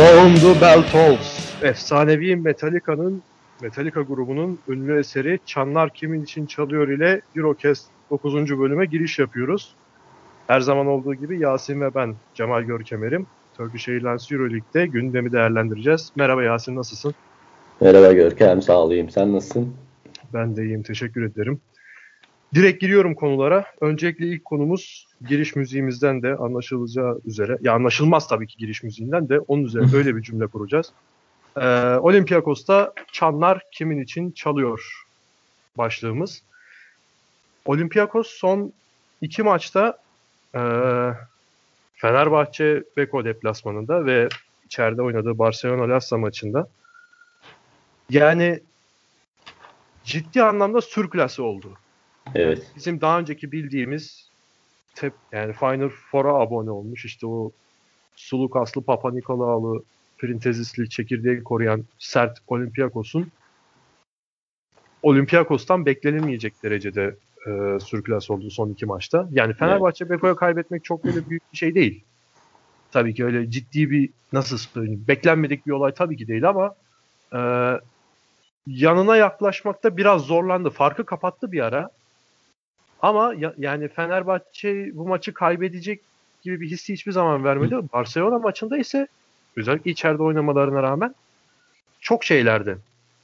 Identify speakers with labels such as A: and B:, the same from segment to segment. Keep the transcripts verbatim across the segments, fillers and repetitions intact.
A: On the Bell Tolls, efsanevi Metallica'nın Metallica grubunun ünlü eseri Çanlar Kimin için Çalıyor ile Eurocast dokuzuncu bölüme giriş yapıyoruz. Her zaman olduğu gibi Yasin ve ben Cemal Görkemer'im. Turkish Airlines Euroleague'de gündemi değerlendireceğiz. Merhaba Yasin, nasılsın?
B: Merhaba Görkem, sağ olayım. Sen nasılsın?
A: Ben de iyiyim, teşekkür ederim. Direkt giriyorum konulara. Öncelikle ilk konumuz giriş müziğimizden de anlaşılacağı üzere, ya anlaşılmaz tabii ki giriş müziğinden de onun üzerine böyle bir cümle kuracağız. Ee, Olympiakos'ta Çanlar Kimin için Çalıyor başlığımız. Olympiakos son iki maçta e, Fenerbahçe Beko deplasmanında ve içeride oynadığı Barcelona-Lassa maçında yani ciddi anlamda sürklase oldu.
B: Evet.
A: Yani bizim daha önceki bildiğimiz tep, yani Final Four'a abone olmuş, işte o sulu kaslı Papa Nikolao'lu Printezisli çekirdeği koruyan sert Olympiakos'un Olympiakos'tan beklenilmeyecek derecede e, sürkülas oldu son iki maçta. Yani Fenerbahçe evet. Beko'ya kaybetmek çok böyle büyük bir şey değil. Tabii ki öyle ciddi bir, nasıl söyleyeyim, beklenmedik bir olay tabii ki değil ama e, yanına yaklaşmakta biraz zorlandı. Farkı kapattı bir ara. Ama ya, yani Fenerbahçe bu maçı kaybedecek gibi bir hissi hiçbir zaman vermedi. Hı. Barcelona maçında ise özellikle içeride oynamalarına rağmen çok şeylerdi.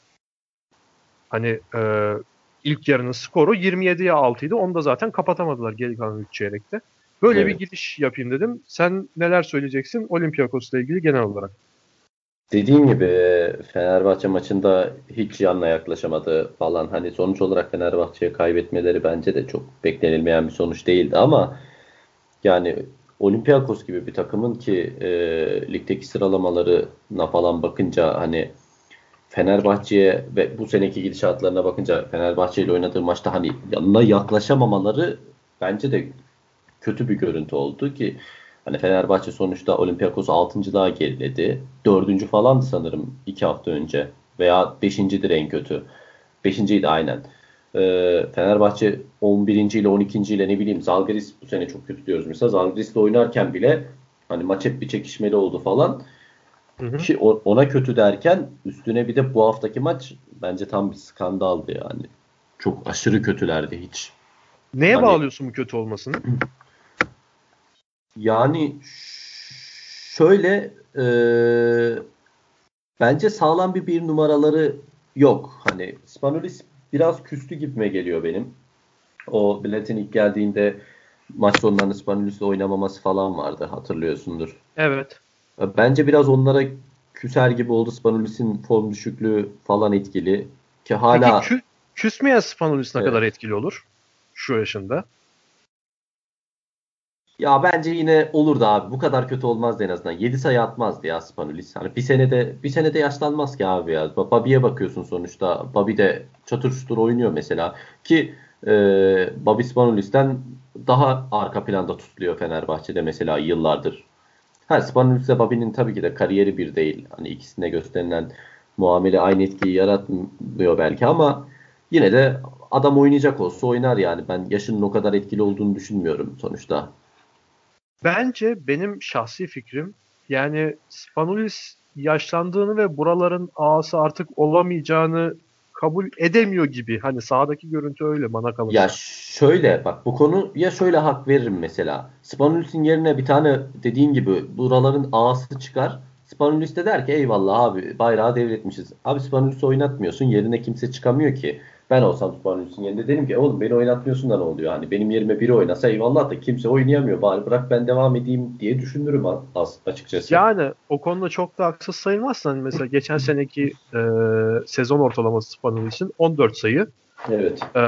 A: Hani e, ilk yarının skoru yirmi yediye altıydı. Onu da zaten kapatamadılar geri kalan üç çeyrekte. Böyle evet. bir giriş yapayım dedim. Sen neler söyleyeceksin Olympiakos'la ilgili genel olarak?
B: Dediğim gibi Fenerbahçe maçında hiç yanına yaklaşamadı falan. Hani sonuç olarak Fenerbahçe'ye kaybetmeleri bence de çok beklenilmeyen bir sonuç değildi ama yani Olympiakos gibi bir takımın ki e, ligdeki sıralamalarına falan bakınca hani Fenerbahçe'ye ve bu seneki gidişatlarına bakınca Fenerbahçe ile oynadığı maçta hani yanına yaklaşamamaları bence de kötü bir görüntü oldu ki hani Fenerbahçe sonuçta Olympiakos altıncılığa geriledi. dördüncü falandı sanırım iki hafta önce veya beşincidir en kötü. beşinciydi aynen. Ee, Fenerbahçe on birinci ile on ikinci ile ne bileyim Zalgiris bu sene çok kötü diyoruz mesela. Zalgiris'le oynarken bile hani maç hep bir çekişmeli oldu falan. Hı hı. Ki ona kötü derken üstüne bir de bu haftaki maç bence tam bir skandaldı yani. Çok aşırı kötülerdi hiç.
A: Neye hani bağlıyorsun bu kötü olmasını?
B: Yani şöyle e, bence sağlam bir bir numaraları yok. Hani Spanulis biraz küstü gibime geliyor benim. O Bled'in ilk geldiğinde maç sonlarında Spanulis'le oynamaması falan vardı, hatırlıyorsundur.
A: Evet.
B: Bence biraz onlara küser gibi oldu. Spanulis'in form düşüklüğü falan etkili. Ki hala...
A: Peki kü- küsmeyen Spanulis ne evet. kadar etkili olur şu yaşında?
B: Ya bence yine olurdu abi. Bu kadar kötü olmazdı en azından. yedi sayı atmazdı ya Spanulis. Hani bir senede bir senede yaşlanmaz ki abi ya. Bobby'ye bakıyorsun sonuçta. Bobby de çatır çutur oynuyor mesela. Ki e, Bobby Spanulis'ten daha arka planda tutuluyor Fenerbahçe'de mesela yıllardır. Ha, Spanulis'le Bobby'nin tabii ki de kariyeri bir değil. Hani ikisine gösterilen muamele aynı etkiyi yaratmıyor belki ama yine de adam oynayacak olsa oynar yani. Ben yaşının o kadar etkili olduğunu düşünmüyorum sonuçta.
A: Bence benim şahsi fikrim, yani Spanulis yaşlandığını ve buraların ağası artık olamayacağını kabul edemiyor gibi. Hani sahadaki görüntü öyle bana kalırsa.
B: Ya şöyle bak, bu konu ya şöyle hak veririm mesela. Spanulis'in yerine bir tane dediğin gibi buraların ağası çıkar. Spanulis de der ki eyvallah abi, bayrağı devretmişiz. Abi Spanulis'i oynatmıyorsun, yerine kimse çıkamıyor ki. Ben olsam Spanulis'in yerinde derim ki oğlum beni oynatmıyorsun da ne oluyor? Hani benim yerime biri oynasa eyvallah da kimse oynayamıyor. Bari bırak ben devam edeyim diye düşünürüm az açıkçası.
A: Yani o konuda çok da haksız sayılmazsan mesela geçen seneki e, sezon ortalaması Spanulis'in on dört sayı.
B: Evet.
A: E,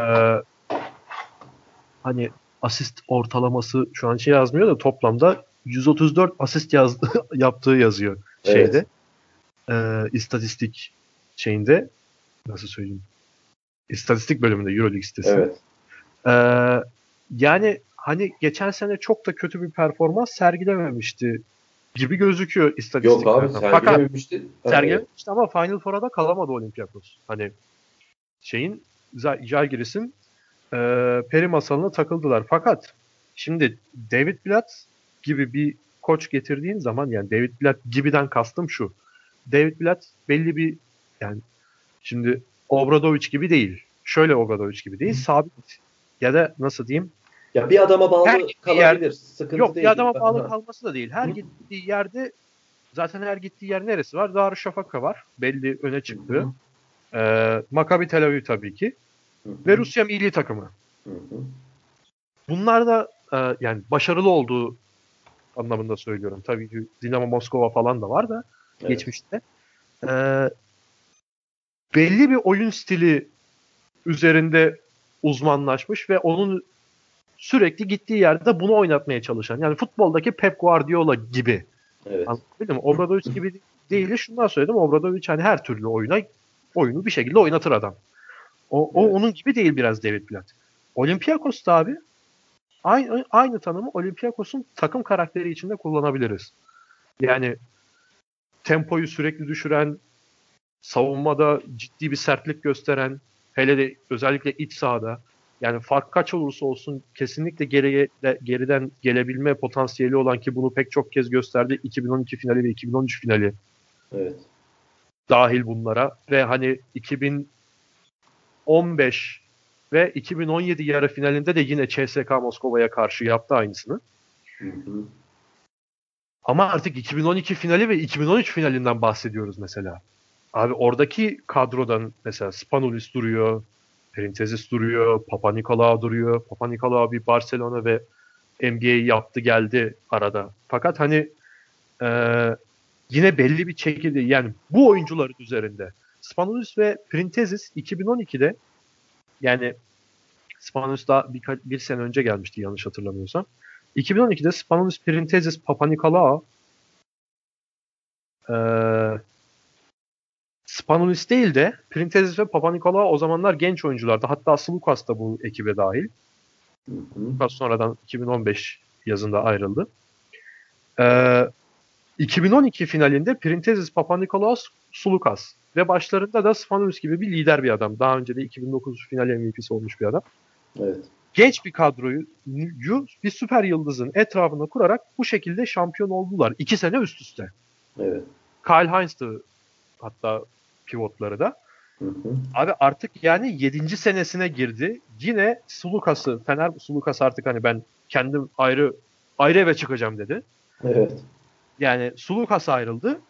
A: hani asist ortalaması şu an şey yazmıyor da toplamda yüz otuz dört asist yazdı, yaptığı yazıyor şeyde. Evet. E, istatistik şeyinde, nasıl söyleyeyim? İstatistik bölümünde Euroleague sitesi.
B: Evet.
A: E, yani hani geçen sene çok da kötü bir performans sergilememişti gibi gözüküyor istatistiklerden.
B: Yok abi sergilememişti.
A: Fakat sergilememişti ama Final Four'a da kalamadı Olympiakos. Hani şeyin, Žalgiris'in e, peri masalına takıldılar. Fakat şimdi David Blatt gibi bir koç getirdiğin zaman yani David Blatt gibiden kastım şu. David Blatt belli bir yani şimdi Obradovic gibi değil. Şöyle Obradovic gibi değil. Sabit ya da nasıl diyeyim?
B: Ya bir adama bağlı
A: Her
B: kalabilir.
A: yer,
B: Sıkıntı
A: yok
B: değil.
A: bir adama
B: Ha.
A: bağlı kalması da değil. Her Hı. gittiği yerde zaten her gittiği yer neresi var? Darüşşafaka var. Belli öne çıktığı. Ee, Maccabi Tel Aviv tabii ki. Hı hı. Ve Rusya milli takımı. Hı hı. Bunlar da e, yani başarılı olduğu anlamında söylüyorum. Tabii ki Dinamo Moskova falan da var da evet. Geçmişte. Ee, belli bir oyun stili üzerinde uzmanlaşmış ve onun sürekli gittiği yerde bunu oynatmaya çalışan. Yani futboldaki Pep Guardiola gibi. Evet. Anladın mı? Obradovic gibi değil. Şundan söyledim. Obradovic hani her türlü oyuna oyunu bir şekilde oynatır adam. O, o evet. Onun gibi değil biraz David Blatt. Olympiakos'ta abi aynı, aynı tanımı Olympiakos'un takım karakteri içinde kullanabiliriz. Yani tempoyu sürekli düşüren, savunmada ciddi bir sertlik gösteren, hele de özellikle iç sahada yani fark kaç olursa olsun kesinlikle geriye de, geriden gelebilme potansiyeli olan ki bunu pek çok kez gösterdi. iki bin on iki finali ve iki bin on üç finali. Evet. Dahil bunlara ve hani iki bin on beş ve iki bin on yedi yarı finalinde de yine C S K A Moskova'ya karşı yaptı aynısını. Hı hı. Ama artık iki bin on iki finali ve iki bin on üç finalinden bahsediyoruz mesela. Abi oradaki kadrodan mesela Spanulis duruyor, Printezis duruyor, Papanikolaou duruyor. Papanikolaou bir Barcelona ve N B A yaptı geldi arada. Fakat hani e, yine belli bir çekirdeği yani bu oyuncuların üzerinde. Spanulis ve Printezis iki bin on ikide yani Spanulis daha bir, bir sene önce gelmişti yanlış hatırlamıyorsam. iki bin on ikide Spanulis, Printezis, Papanikolaou eee Spanulis değil de Printezis ve Papanikolaou o zamanlar genç oyunculardı. Hatta Sulukas da bu ekibe dahil. Sulukas sonradan iki bin on beş yazında ayrıldı. Ee, iki bin on iki finalinde Printezis, Papanikolaou, Sulukas ve başlarında da Spanulis gibi bir lider bir adam. Daha önce de iki bin dokuz final M V P'si olmuş bir adam. Evet. Genç bir kadroyu bir süper yıldızın etrafına kurarak bu şekilde şampiyon oldular. İki sene üst üste. Evet. Kyle Heinz'tı hatta pivotları da. Hı hı. Abi artık yani yedinci senesine girdi. Yine Sulukas'ı, Fener Sulukas artık hani ben kendim ayrı ayrı eve çıkacağım dedi. Evet. Yani Sulukas ayrıldı.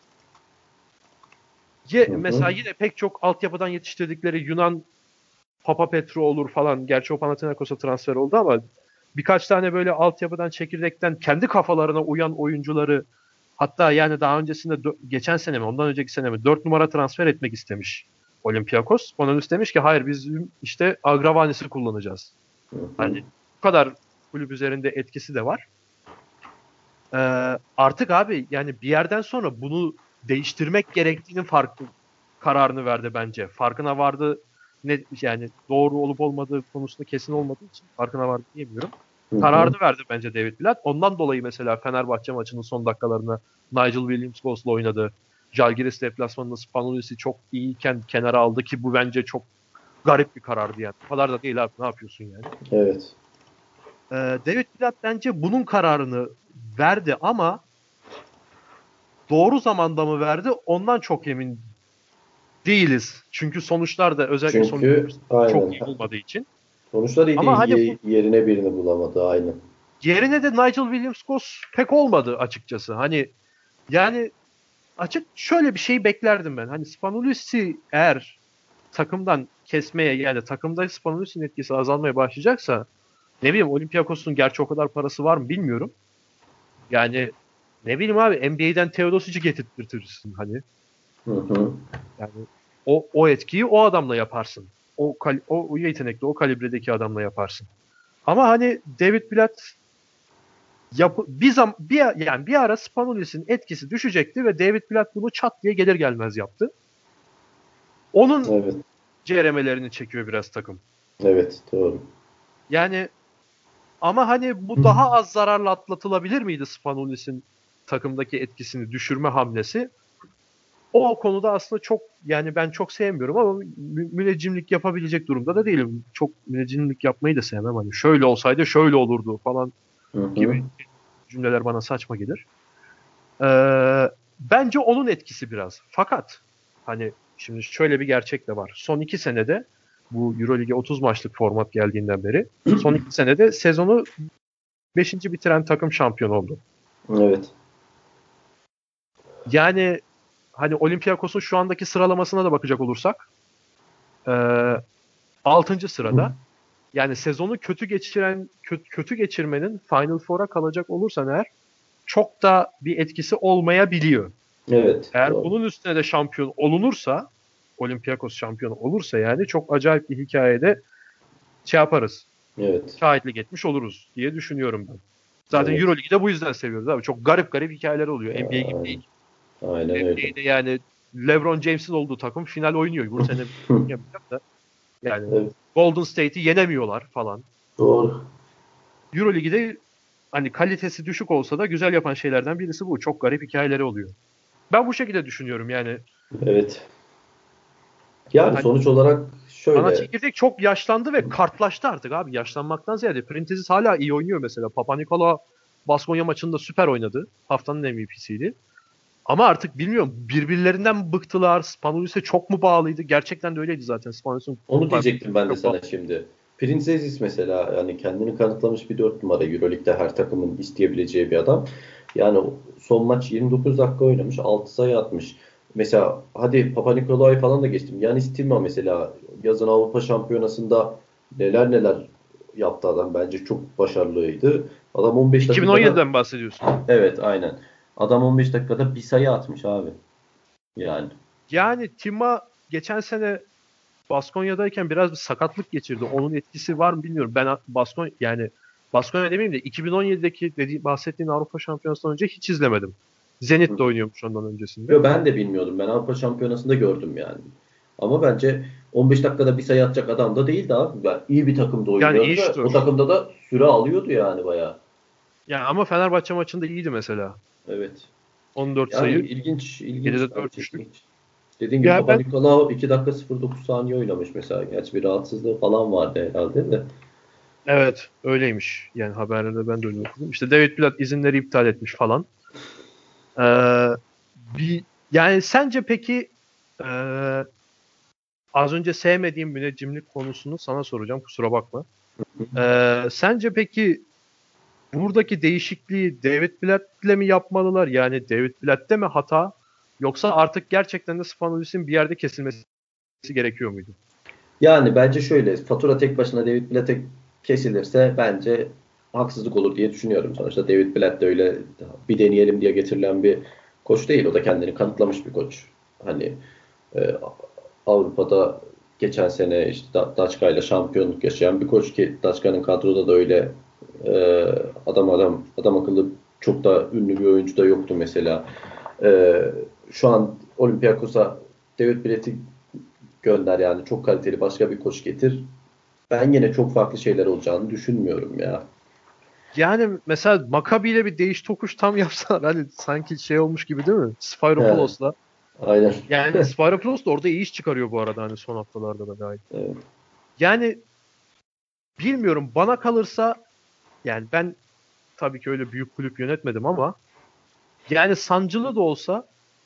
A: Ye, hı hı. Mesela yine pek çok altyapıdan yetiştirdikleri Yunan Papapetru olur falan. Gerçi o Panathinaikos'a transfer oldu ama birkaç tane böyle altyapıdan çekirdekten kendi kafalarına uyan oyuncuları hatta yani daha öncesinde dö- geçen sene mi ondan önceki sene mi dört numara transfer etmek istemiş Olympiakos. Spanulis demiş ki hayır biz işte Agravanis'i kullanacağız. Hı hı. Hani bu kadar kulüp üzerinde etkisi de var. Ee, artık abi yani bir yerden sonra bunu değiştirmek gerektiğinin farklı kararını verdi bence. Farkına vardı. Ne yani doğru olup olmadığı konusunda kesin olmadığı için farkına vardı diyemiyorum. Hı hı. Kararını verdi bence David Blatt. Ondan dolayı mesela Fenerbahçe maçının son dakikalarında Nigel Williams-Goss'la oynadı. Žalgiris deplasmanında Spanulis'i çok iyiyken kenara aldı ki bu bence çok garip bir karardı yani. Bu kadar da değil abi ne yapıyorsun yani. Evet. Ee, David Blatt bence bunun kararını verdi ama doğru zamanda mı verdi ondan çok emin değiliz. Çünkü sonuçlar da özellikle
B: Çünkü,
A: sonuçlar çok iyi olmadığı için.
B: Sonuçlar iyi ama değil. Hani bu, yerine birini bulamadı aynı.
A: Yerine de Nigel Williams-Goss pek olmadı açıkçası. Hani yani açık şöyle bir şey beklerdim ben. Hani Spanulis'i eğer takımdan kesmeye yani takımda Spanulis'in etkisi azalmaya başlayacaksa ne bileyim Olympiakos'un gerçi o kadar parası var mı bilmiyorum. Yani ne bileyim abi N B A'den Teodosic'i getirtirsin hani. Hı hı. Yani o o etkiyi o adamla yaparsın. O o, o yetenekli, o kalibredeki adamla yaparsın. Ama hani David Blatt yapı, bir zam bir yani bir ara Spanulis'in etkisi düşecekti ve David Blatt bunu çat diye gelir gelmez yaptı. Onun evet. ceremelerini çekiyor biraz takım.
B: Evet, doğru.
A: Yani ama hani bu daha az zararla atlatılabilir miydi Spanulis'in takımdaki etkisini düşürme hamlesi? O konuda aslında çok yani ben çok sevmiyorum ama mü- müneccimlik yapabilecek durumda da değilim. Çok müneccimlik yapmayı da sevmem. Hani şöyle olsaydı şöyle olurdu falan gibi cümleler bana saçma gelir. Ee, bence onun etkisi biraz. Fakat hani şimdi şöyle bir gerçek de var. Son iki senede bu Euroleague'e otuz maçlık format geldiğinden beri son iki senede sezonu beşinci bitiren takım şampiyon oldu.
B: Evet.
A: Yani hani Olympiakos'un şu andaki sıralamasına da bakacak olursak e, altıncı sırada. Yani sezonu kötü geçiren kötü, kötü geçirmenin Final Four'a kalacak olursan eğer çok da bir etkisi olmayabiliyor.
B: Evet.
A: Eğer
B: Doğru.
A: bunun üstüne de şampiyon olunursa, Olympiakos şampiyon olursa yani çok acayip bir hikayede şey yaparız.
B: Evet.
A: Şahitlik etmiş oluruz diye düşünüyorum ben. Zaten
B: Evet.
A: Euroleague'i de bu yüzden seviyoruz abi. Çok garip garip hikayeler oluyor. N B A gibi
B: Aynen.
A: değil.
B: Aynen öyle.
A: N B A'de yani LeBron James'in olduğu takım final oynuyor. Bu sene yapacak da. Yani
B: Evet.
A: Golden State'i yenemiyorlar falan.
B: Doğru.
A: Euroleague'de hani kalitesi düşük olsa da güzel yapan şeylerden birisi bu. Çok garip hikayeleri oluyor. Ben bu şekilde düşünüyorum yani.
B: Evet. Yani
A: Hani
B: sonuç olarak
A: Ana
B: şöyle.
A: çekirdek çok yaşlandı ve kartlaştı artık abi. Yaşlanmaktan ziyade Printezis hala iyi oynuyor mesela. Papanikolaou Baskonya maçında süper oynadı. Haftanın M V P'siydi. Ama artık bilmiyorum birbirlerinden mi bıktılar? Spanulis'e çok mu bağlıydı? Gerçekten de öyleydi zaten. Spanulis'in
B: Onu diyecektim ben de
A: çok bağlı.
B: sana şimdi. Prinzezis mesela yani kendini kanıtlamış bir dört numara Euroleague'de her takımın isteyebileceği bir adam. Yani son maç yirmi dokuz dakika oynamış. altı sayı atmış. Mesela hadi Papanikolaou'yu falan da geçtim. Yanis Timma mesela yazın Avrupa Şampiyonası'nda neler neler yaptı adam. Bence çok başarılıydı. Adam on beş dakikada
A: iki bin on yediden bahsediyorsun.
B: evet aynen. Adam on beş dakikada bir sayı atmış abi. Yani.
A: Yani Tima geçen sene Baskonya'dayken biraz bir sakatlık geçirdi. Onun etkisi var mı bilmiyorum. Ben Baskonya yani Baskonya demeyeyim de iki bin on yedideki dediği, bahsettiğin Avrupa Şampiyonası'ndan önce hiç izlemedim. Zenit de oynuyormuş ondan öncesinde.
B: Yo, ben de bilmiyordum. Ben Avrupa Şampiyonası'nda gördüm yani. Ama bence on beş dakikada bir sayı atacak adam da değildi abi. Yani iyi bir takımda
A: Yani
B: oynuyordu
A: iyi
B: ve o
A: şutör.
B: takımda da süre alıyordu yani bayağı.
A: Yani ama Fenerbahçe maçında iyiydi mesela.
B: Evet.
A: on dört
B: Yani
A: sayı,
B: ilginç, ilginç
A: yedide dört
B: bence
A: üçlük.
B: ilginç. Dediğim gibi
A: Ya ben
B: Papanikolaou iki dakika sıfır dokuz saniye oynamış mesela. Gerçi bir rahatsızlığı falan vardı herhalde de.
A: evet öyleymiş. Yani haberlerde ben de öyle okudum. İşte David Blatt izinleri iptal etmiş falan. Ee, bir yani sence peki ee, az önce sevmediğim müneccimlik konusunu sana soracağım. Kusura bakma. Ee, sence peki buradaki değişikliği David Blatt'le mi yapmalılar? Yani David Blatt'te mi hata? Yoksa artık gerçekten de Spanulis'in bir yerde kesilmesi gerekiyor muydu?
B: Yani bence şöyle, fatura tek başına David Blatt'e kesilirse bence haksızlık olur diye düşünüyorum. Sonuçta David Blatt de öyle bir deneyelim diye getirilen bir koç değil. O da kendini kanıtlamış bir koç. Hani e, Avrupa'da geçen sene işte Da- Daçka ile şampiyonluk yaşayan bir koç ki Daçka'nın kadroda da öyle e, adam adam adam akıllı çok da ünlü bir oyuncu da yoktu mesela. E, şu an Olympiakos'a David Blatt'i gönder yani çok kaliteli başka bir koç getir. Ben yine çok farklı şeyler olacağını düşünmüyorum ya.
A: Yani mesela Maccabi ile bir değiş tokuş tam yapsalar hani sanki şey olmuş gibi değil mi?
B: He,
A: Spyropoulos'la.
B: aynen.
A: Yani Spyropoulos da orada iyi iş çıkarıyor bu arada hani son haftalarda da gayet.
B: Evet.
A: Yani bilmiyorum bana kalırsa yani ben tabii ki öyle büyük kulüp yönetmedim ama yani sancılı da olsa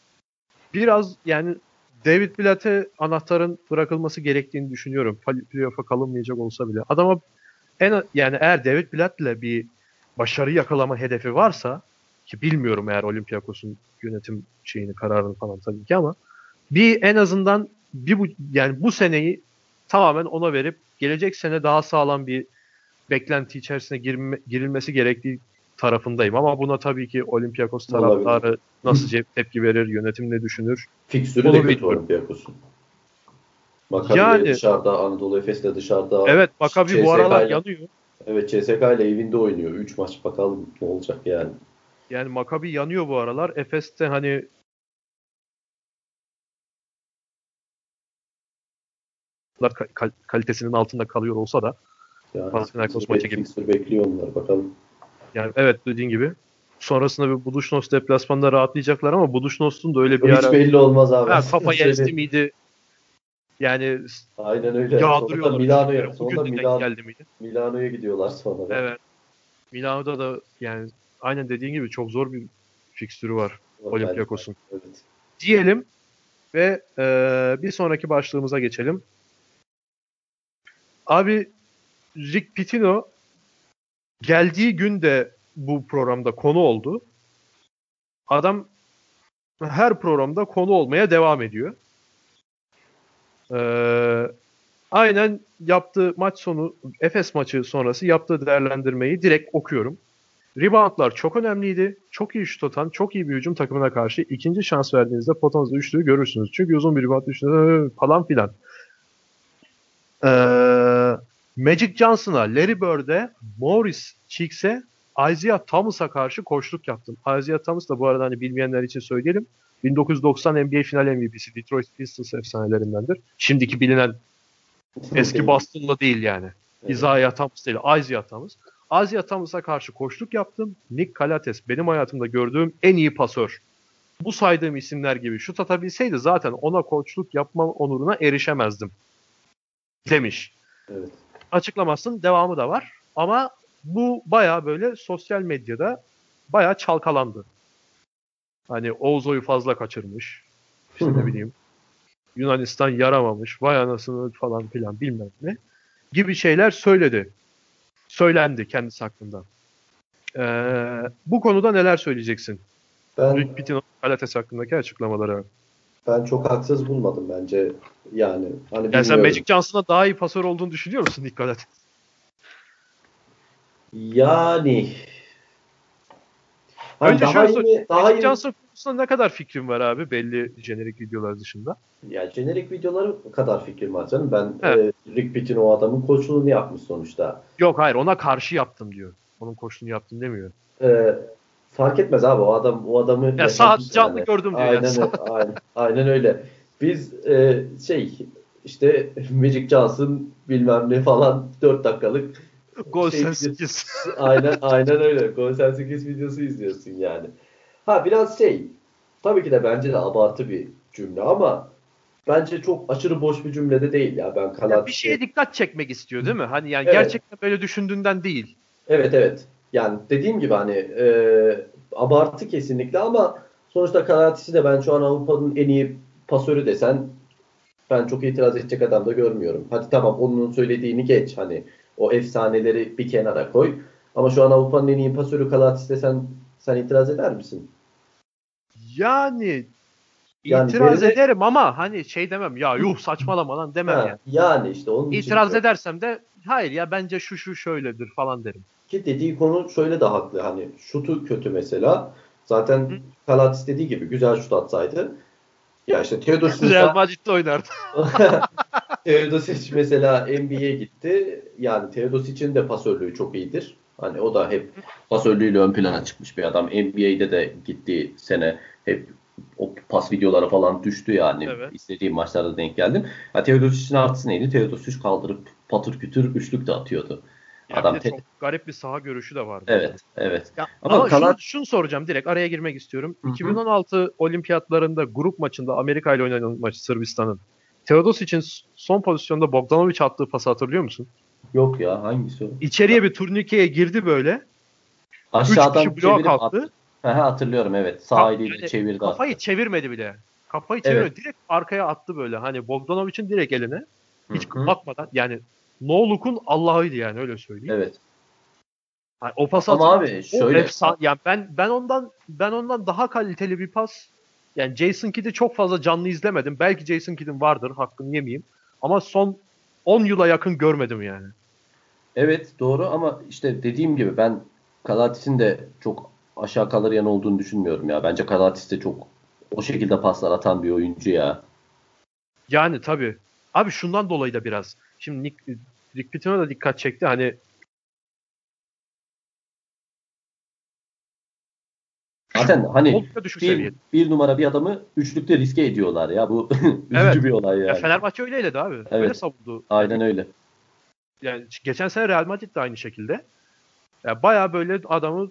A: biraz yani David Blatt'e anahtarın bırakılması gerektiğini düşünüyorum. Playoff'a kalınmayacak olsa bile. Adama en yani eğer David Blatt'le bir başarı yakalama hedefi varsa ki bilmiyorum eğer Olympiakos'un yönetim şeyini kararını falan tabii ki ama bir en azından bir bu yani bu seneyi tamamen ona verip gelecek sene daha sağlam bir beklenti içerisine girme, girilmesi gerektiği tarafındayım. Ama buna tabii ki Olympiakos
B: Olabilir.
A: taraftarı nasıl cep tepki verir, yönetim ne düşünür
B: Fiksürü de
A: onu
B: kötü
A: bilmiyorum.
B: Olympiakos'un. Maccabi de
A: Yani
B: dışarıda, Anadolu Efes de dışarıda.
A: evet Maccabi bu
B: C S K
A: aralar
B: ile
A: yanıyor.
B: evet C S K ile evinde oynuyor. üç maç bakalım ne olacak yani.
A: Yani Maccabi yanıyor bu aralar. Efes'te hani kal- kalitesinin altında kalıyor olsa da
B: Yani
A: Panathinaikos
B: fiksür,
A: maçı
B: bek
A: gibi.
B: fiksür bekliyor onlar bakalım.
A: Yani evet dediğin gibi. Sonrasında bir Budućnost deplasmanda rahatlayacaklar ama Budućnost'un da öyle
B: O
A: bir
B: hiç
A: ara
B: belli olmaz abi.
A: ha,
B: Sana
A: kafayı ezdi
B: söyleyeyim.
A: miydi? Yani
B: Aynen öyle. Sonunda
A: yağdırıyorlar üçlükleri.
B: Milano'ya,
A: O gün
B: sonunda
A: de denk
B: Milan,
A: geldi miydi?
B: Milano'ya gidiyorlar sonra da.
A: Evet. Milano'da da yani aynen dediğin gibi çok zor bir fikstürü var Olympiakos'un.
B: Evet.
A: Diyelim ve e, bir sonraki başlığımıza geçelim. Abi Rick Pitino geldiği gün de bu programda konu oldu. Adam her programda konu olmaya devam ediyor. Ee, aynen yaptığı maç sonu, Efes maçı sonrası yaptığı değerlendirmeyi direkt okuyorum. Reboundlar çok önemliydi. Çok iyi şut atan, çok iyi bir hücum takımına karşı ikinci şans verdiğinizde potanızda üçlüyü görürsünüz. Çünkü uzun bir rebound düşünün falan filan. Ee, Magic Johnson'a, Larry Bird'e, Morris Cheeks'e, Isaiah Thomas'a karşı koçluk yaptım. Isaiah Thomas da bu arada hani bilmeyenler için söyleyelim. bin dokuz yüz doksan N B A final M V P'si, Detroit Pistons efsanelerindendir. Şimdiki bilinen eski Boston'la değil yani. Evet. Isaiah Thomas değil, Isaiah Thomas. Isaiah Thomas'a karşı koçluk yaptım. Nick Calates benim hayatımda gördüğüm en iyi pasör. Bu saydığım isimler gibi şut atabilseydi zaten ona koçluk yapma onuruna erişemezdim demiş.
B: Evet.
A: Açıklamasının devamı da var. Ama bu bayağı böyle sosyal medyada bayağı çalkalandı. Hani Oğuzo'yu fazla kaçırmış. İşte ne bileyim. Yunanistan yaramamış. Vay anasını falan filan bilmem ne. Gibi şeyler söyledi. Söylendi kendisi hakkında. Ee, bu konuda neler söyleyeceksin?
B: Ben
A: Rick Pitino Calates hakkındaki açıklamaları.
B: Ben çok haksız bulmadım bence. Yani hani
A: yani sen Magic Johnson'a daha iyi pasör olduğunu düşünüyor musun Nick Calates?
B: Yani
A: hani önce şöyle söyleyeyim. Magic iyi... Johnson konusunda ne kadar fikrin var abi belli jenerik videolar dışında?
B: Ya jenerik videoları kadar fikrim var canım. Ben e, Rick Pitino o adamın koçluğunu yapmış sonuçta.
A: Yok hayır ona karşı yaptım diyor. Onun koçluğunu yaptım demiyor.
B: E, fark etmez abi o adam o adamı
A: ya saat canlı yani. Gördüm diyor.
B: Aynen,
A: yani.
B: aynen, aynen öyle. Biz e, şey işte Magic Johnson bilmem ne falan dört dakikalık
A: Gol şey sekiz.
B: aynen aynen öyle. Gol sekiz videosu izliyorsun yani. Ha biraz şey tabii ki de bence de abartı bir cümle ama bence çok aşırı boş bir cümle de değil ya. Ben Calates
A: ya bir şeye dikkat çekmek istiyor değil mi? Hani yani
B: evet.
A: Gerçekten böyle düşündüğünden değil.
B: Evet evet. Yani dediğim gibi hani e, abartı kesinlikle ama sonuçta Calates'i de ben şu an Avrupa'nın en iyi pasörü desen ben çok itiraz edecek adam da görmüyorum. Hadi tamam onun söylediğini geç. Hani o efsaneleri bir kenara koy. Ama şu an Avrupa'nın en iyi pasörü Calates desen sen itiraz eder misin?
A: Yani itiraz yani, ederim ama hani şey demem ya yuh saçmalama lan demem
B: ha,
A: yani.
B: Yani işte onun
A: İtiraz
B: için
A: edersem de hayır ya bence şu şu şöyledir falan derim.
B: Ki dediği konu şöyle de haklı. Hani şutu kötü mesela. Zaten Calates dediği gibi güzel şut atsaydı. Ya işte Teodosic
A: Real Madrid'de oynardı.
B: Teodosic mesela N B A'ye gitti. Yani Teodosic'in de pasörlüğü çok iyidir. Hani o da hep pasörlüğüyle ön plana çıkmış bir adam. N B A'de de gittiği sene hep o pas videoları falan düştü yani. Evet. İstediğim maçlarda denk geldim. Ya Teodosic'in artısı neydi? Teodosic kaldırıp patır kütür üçlük de atıyordu.
A: Ya adam bir de te- çok garip bir saha görüşü de vardı.
B: Evet, evet.
A: Ya, ama ama Kalat... şunu, şunu soracağım direkt araya girmek istiyorum. Hı-hı. iki bin on altı olimpiyatlarında grup maçında Amerika ile oynanan maç Sırbistan'ın. Teodosic'in son pozisyonda Bogdanovic attığı pası hatırlıyor musun?
B: Yok ya hangisi o?
A: İçeriye bir turnikeye girdi böyle.
B: Aşağıdan
A: üç kişi bloğa kalktı.
B: Aha, hatırlıyorum evet. Sağ eliyle yani çevirdi.
A: Kafayı attı. çevirmedi bile. Kafayı çevirmedi. Evet. Direkt arkaya attı böyle. Hani Bogdanovic'in direkt eline. Hiç Hı-hı. bakmadan. Yani no look'un Allah'ıydı yani öyle söyleyeyim.
B: Evet.
A: Yani o pas
B: ama abi şöyle
A: efsane, yani ben ben ondan ben ondan daha kaliteli bir pas yani Jason Kidd'i çok fazla canlı izlemedim. Belki Jason Kidd'in vardır hakkını yemeyeyim. Ama son on yıla yakın görmedim yani.
B: Evet doğru ama işte dediğim gibi ben Calates'in de çok aşağı kalır yan olduğunu düşünmüyorum ya. Bence Calates de çok o şekilde paslar atan bir oyuncu ya.
A: Yani tabii. Abi şundan dolayı da biraz. Şimdi Nick, Rick Pitino da dikkat çekti. Hani
B: zaten hani bir, bir numara bir adamı üçlükte riske ediyorlar ya. Bu üzücü
A: evet.
B: bir olay yani.
A: Ya Fenerbahçe öyleydi abi. Evet. Öyle savundu.
B: Aynen öyle.
A: Yani geçen sene Real Madrid de aynı şekilde. Yani bayağı böyle adamı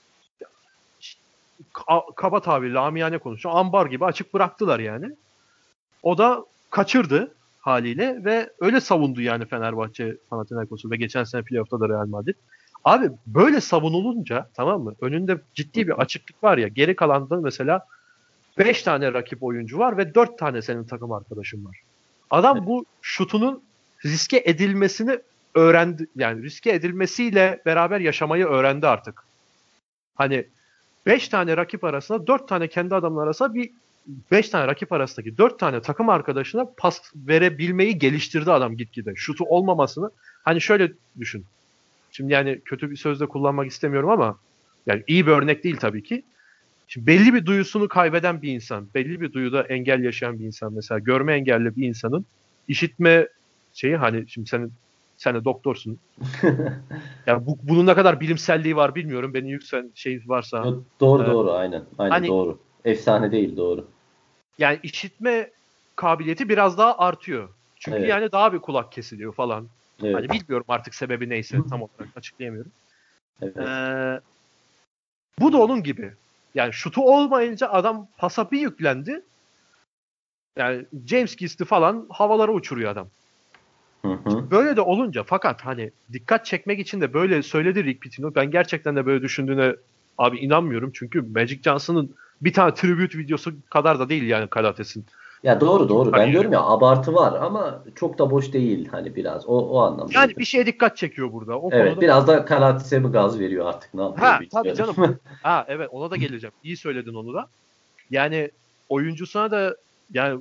A: kaba tabirle amiyane konuşuyor. Ambar gibi açık bıraktılar yani. O da kaçırdı haliyle ve öyle savundu yani Fenerbahçe Panathinaikos'u ve geçen sene playoff'ta da Real Madrid. Abi böyle savunulunca, tamam mı? Önünde ciddi bir açıklık var ya. Geri kalanda mesela beş tane rakip oyuncu var ve dört tane senin takım arkadaşın var. Adam bu şutunun riske edilmesini öğrendi. Yani riske edilmesiyle beraber yaşamayı öğrendi artık. Hani beş tane rakip arasında dört tane kendi adamın arasında bir beş tane rakip arasındaki dört tane takım arkadaşına pas verebilmeyi geliştirdi adam gitgide. Şutu olmamasını, hani şöyle düşün. Şimdi yani kötü bir sözde kullanmak istemiyorum ama yani iyi bir örnek değil tabii ki. Şimdi belli bir duyusunu kaybeden bir insan, belli bir duyuda engel yaşayan bir insan, mesela görme engelli bir insanın işitme şeyi, hani şimdi sen sen de doktorsun. Yani bu, bunun ne kadar bilimselliği var bilmiyorum. Beni yükselen şey varsa.
B: Yo, doğru
A: e,
B: doğru aynen. Aynen
A: hani
B: doğru. Efsane değil doğru.
A: yani işitme kabiliyeti biraz daha artıyor. Çünkü
B: Evet.
A: yani daha bir kulak kesiliyor falan.
B: Evet.
A: Hani bilmiyorum artık sebebi neyse, tam olarak açıklayamıyorum.
B: Evet.
A: Ee, bu da onun gibi. Yani şutu olmayınca adam pasa bir yüklendi. Yani James Gist'i falan havalara uçuruyor adam.
B: Hı hı.
A: Böyle de olunca, fakat hani dikkat çekmek için de böyle söyledi Rick Pitino. Ben gerçekten de böyle düşündüğüne abi inanmıyorum. Çünkü Magic Johnson'ın bir tane tribute videosu kadar da değil yani Kalates'in.
B: Ya doğru doğru. Ben
A: Kariyeri.
B: diyorum ya abartı var ama çok da boş değil hani biraz. O o anlamda
A: Yani
B: dedim.
A: bir şeye dikkat çekiyor burada. O
B: Evet,
A: konuda.
B: biraz da Kalatise mi gaz veriyor artık ne yapıyor
A: Ha tabii
B: bilmiyorum.
A: canım. Ha evet, ona da geleceğim. İyi söyledin onu da. Yani oyuncusuna da, yani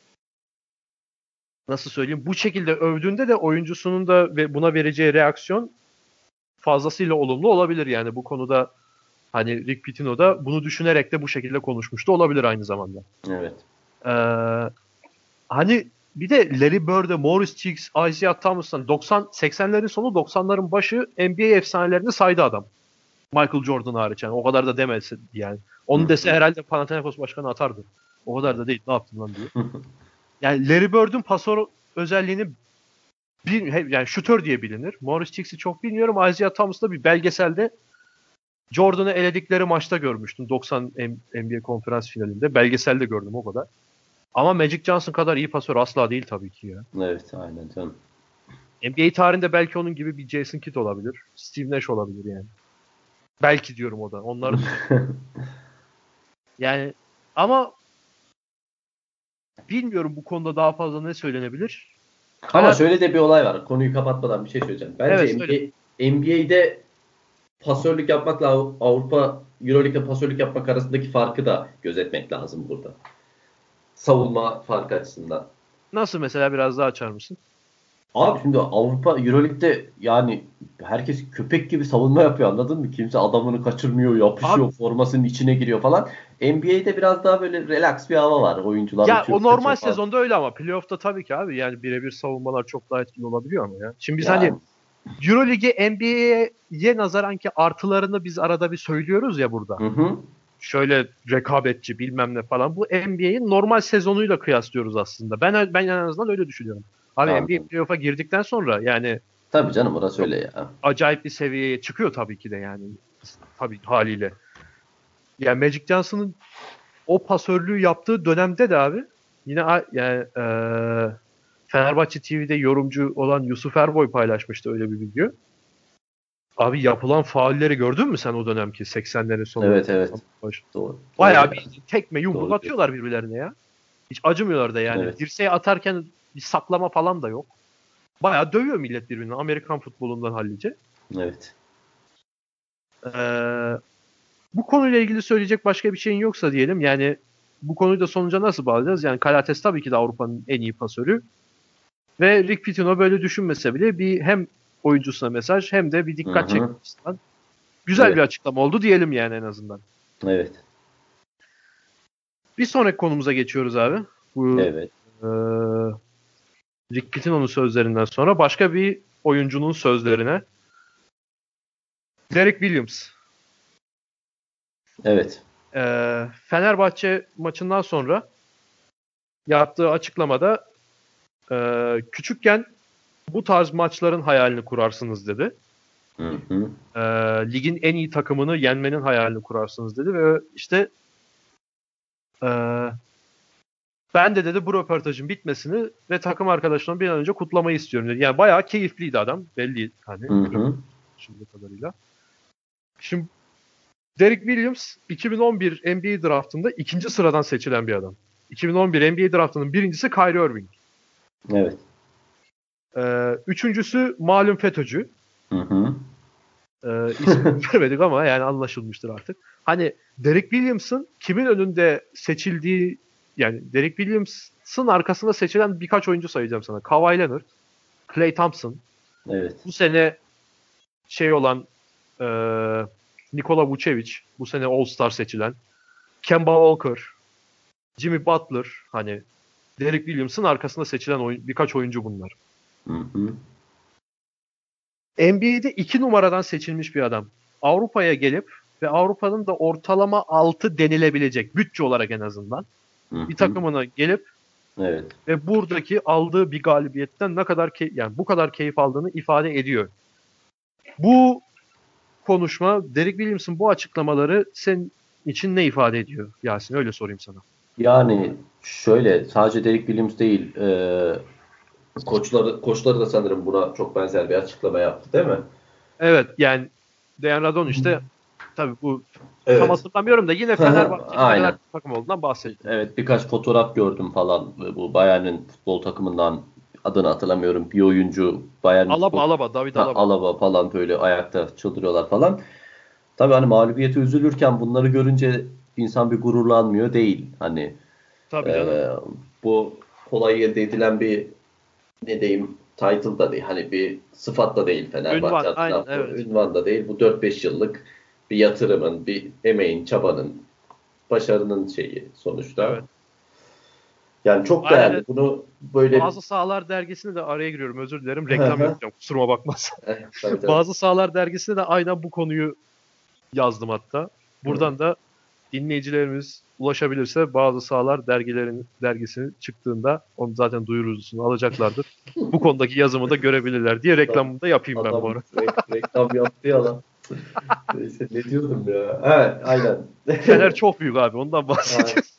A: nasıl söyleyeyim, bu şekilde övdüğünde de oyuncusunun da ve buna vereceği reaksiyon fazlasıyla olumlu olabilir yani bu konuda. Hani Rick Pitino da bunu düşünerek de bu şekilde konuşmuştu olabilir aynı zamanda.
B: Evet.
A: Ee, hani bir de Larry Bird'e, Morris Cheeks, Isaiah Thomas'tan doksan seksenlerin sonu doksanların başı N B A efsanelerini saydı adam. Michael Jordan hariç yani. O kadar da demesi yani. Onu
B: Hı
A: dese
B: hı.
A: herhalde Panathinaikos başkanı atardı. O kadar da
B: Evet.
A: değil. Ne yaptın lan diye. Yani Larry Bird'ün pasör özelliğini bir, yani şutör diye bilinir. Morris Cheeks'i çok bilmiyorum. Isaiah Thomas'da bir belgeselde Jordan'ı eledikleri maçta görmüştüm. doksan N B A konferans finalinde. Belgeselde gördüm, o kadar. Ama Magic Johnson kadar iyi pasör asla değil tabii ki ya.
B: Evet aynen canım.
A: N B A tarihinde belki onun gibi bir Jason Kidd olabilir. Steve Nash olabilir yani. Belki diyorum o da. Onlar yani, ama bilmiyorum bu konuda daha fazla ne söylenebilir.
B: Ama
A: Kalat,
B: şöyle de bir olay var. Konuyu kapatmadan bir şey söyleyeceğim.
A: evet
B: Bence
A: söyle.
B: N B A, N B A'de pasörlük yapmakla Avrupa Euroleague'de pasörlük yapmak arasındaki farkı da gözetmek lazım burada. Savunma farkı açısından.
A: Nasıl mesela, biraz daha açar mısın?
B: Abi şimdi Avrupa Euroleague'de yani herkes köpek gibi savunma yapıyor anladın mı? Kimse adamını kaçırmıyor,
A: Abi
B: yapışıyor, formasının içine giriyor falan. N B A'de biraz daha böyle relax bir hava var. Oyuncular
A: ya
B: uçuyor,
A: o normal
B: kaçıyor falan.
A: sezonda öyle ama playoff'ta tabii ki abi, yani birebir savunmalar çok daha etkili olabiliyor ama ya. Şimdi biz hani
B: Yani
A: Euroleague'e, N B A'ye nazaran ki artılarını biz arada bir söylüyoruz ya burada.
B: hı hı.
A: Şöyle rekabetçi bilmem ne falan. Bu N B A'in normal sezonuyla kıyaslıyoruz aslında. Ben ben en azından öyle düşünüyorum. Abi N B A
B: Anladım.
A: playoff'a girdikten sonra yani
B: Tabii canım orası
A: çok
B: öyle ya.
A: acayip bir seviyeye çıkıyor tabii ki de yani. Tabii haliyle. Yani Magic Johnson'ın o pasörlüğü yaptığı dönemde de abi yine yani e, Fenerbahçe T V'de yorumcu olan Yusuf Erboy paylaşmıştı öyle bir video. Abi yapılan faulleri gördün mü sen o dönemki seksenlerin sonu?
B: Evet evet. Doğru. Doğru
A: Bayağı
B: ya.
A: bir tekme yumruk
B: Doğru diyorsun.
A: atıyorlar birbirlerine ya. Hiç acımıyorlar da yani.
B: Evet.
A: Dirseğe atarken bir saklama falan da yok. Bayağı dövüyor millet birbirini. Amerikan futbolundan hallice.
B: Evet.
A: Ee, bu konuyla ilgili söyleyecek başka bir şeyin yoksa diyelim. Yani bu konuyu da sonuca nasıl bağlayacağız? Yani Kalates tabii ki de Avrupa'nın en iyi pasörü. Ve Rick Pitino böyle düşünmese bile bir hem oyuncusuna mesaj hem de bir
B: Hı
A: dikkat çekmek
B: hı.
A: açısından güzel bir
B: Evet.
A: açıklama oldu diyelim yani en azından.
B: Evet.
A: Bir sonraki konumuza geçiyoruz abi. Bu
B: Evet.
A: e, Rick Pitino'nun sözlerinden sonra başka bir oyuncunun sözlerine. Derek Williams.
B: Evet.
A: E, Fenerbahçe maçından sonra yaptığı açıklamada e, küçükken bu tarz maçların hayalini kurarsınız dedi.
B: Hı hı.
A: E, ligin en iyi takımını yenmenin hayalini kurarsınız dedi ve işte e, ben de dedi bu röportajın bitmesini ve takım arkadaşlarımı bir an önce kutlamayı istiyorum dedi. Yani bayağı keyifliydi adam. Belli hani.
B: Hı hı.
A: anlaşıldığı kadarıyla. Şimdi Derek Williams iki bin on bir N B A draftında ikinci sıradan seçilen bir adam. iki bin on bir N B A draftının birincisi Kyrie Irving.
B: Evet.
A: Ee, üçüncüsü malum FETÖ'cü.
B: Hı hı.
A: Ee, ismini vermedik ama yani anlaşılmıştır artık. Hani Derek Williams'ın kimin önünde seçildiği, yani Derek Williams'ın arkasında seçilen birkaç oyuncu sayacağım sana. Kawhi Leonard, Klay Thompson.
B: Evet.
A: Bu sene şey olan e, Nikola Vucevic, bu sene All-Star seçilen. Kemba Walker, Jimmy Butler, hani Derek Williams'ın arkasında seçilen oyun, birkaç oyuncu bunlar.
B: Hı hı.
A: N B A'de iki numaradan seçilmiş bir adam. Avrupa'ya gelip ve Avrupa'nın da ortalama altı denilebilecek, bütçe olarak en azından,
B: Hı hı.
A: bir takımına gelip
B: Evet.
A: ve buradaki aldığı bir galibiyetten ne kadar key- yani bu kadar keyif aldığını ifade ediyor. Bu konuşma, Derek Williams'ın bu açıklamaları senin için ne ifade ediyor Yasin? Öyle sorayım sana.
B: Yani şöyle, sadece Derek Williams değil, e, koçları koçları da sanırım buna çok benzer bir açıklama yaptı, değil mi?
A: Evet, yani Dejan Radon işte, tabii bu
B: Evet.
A: tam hatırlamıyorum da yine Fenerbahçe'nin ne
B: Aynen.
A: kadar takım olduğundan bahsetti.
B: Evet, birkaç fotoğraf gördüm falan. Bu Bayern'in futbol takımından, adını hatırlamıyorum. Bir oyuncu Bayern
A: Alaba,
B: futbol
A: Alaba, David
B: ha,
A: Alaba.
B: Alaba falan böyle ayakta çıldırıyorlar falan. Tabii hani mağlubiyete üzülürken bunları görünce insan bir gururlanmıyor değil. Hani
A: Tabii canım.
B: e, bu kolay elde edilen bir, ne diyeyim, title da değil. Hani bir sıfat da değil Fenerbahçe
A: Ünvan, aynen,
B: adına. Bu
A: evet.
B: ünvan da değil. Bu dört beş yıllık bir yatırımın, bir emeğin, çabanın, başarının şeyi sonuçta.
A: Evet.
B: Yani çok
A: Aynen.
B: değerli. Bunu böyle
A: Bazı Sahalar dergisine de araya giriyorum, özür dilerim. Reklam yapacağım, kusuruma bakmazsan.
B: tabii, tabii.
A: Bazı Sahalar dergisine de aynen bu konuyu yazdım hatta. Buradan da dinleyicilerimiz ulaşabilirse Bazı Sahalar dergilerin dergisinin çıktığında onu zaten duyurusunu alacaklardır. Bu konudaki yazımı da görebilirler diye reklamını da yapayım ben bu
B: Adam
A: arada.
B: re- reklam yaptı ya lan. Neyse, ne diyordum ya? Evet, aynen.
A: Fener çok büyük abi, ondan bahsediyoruz.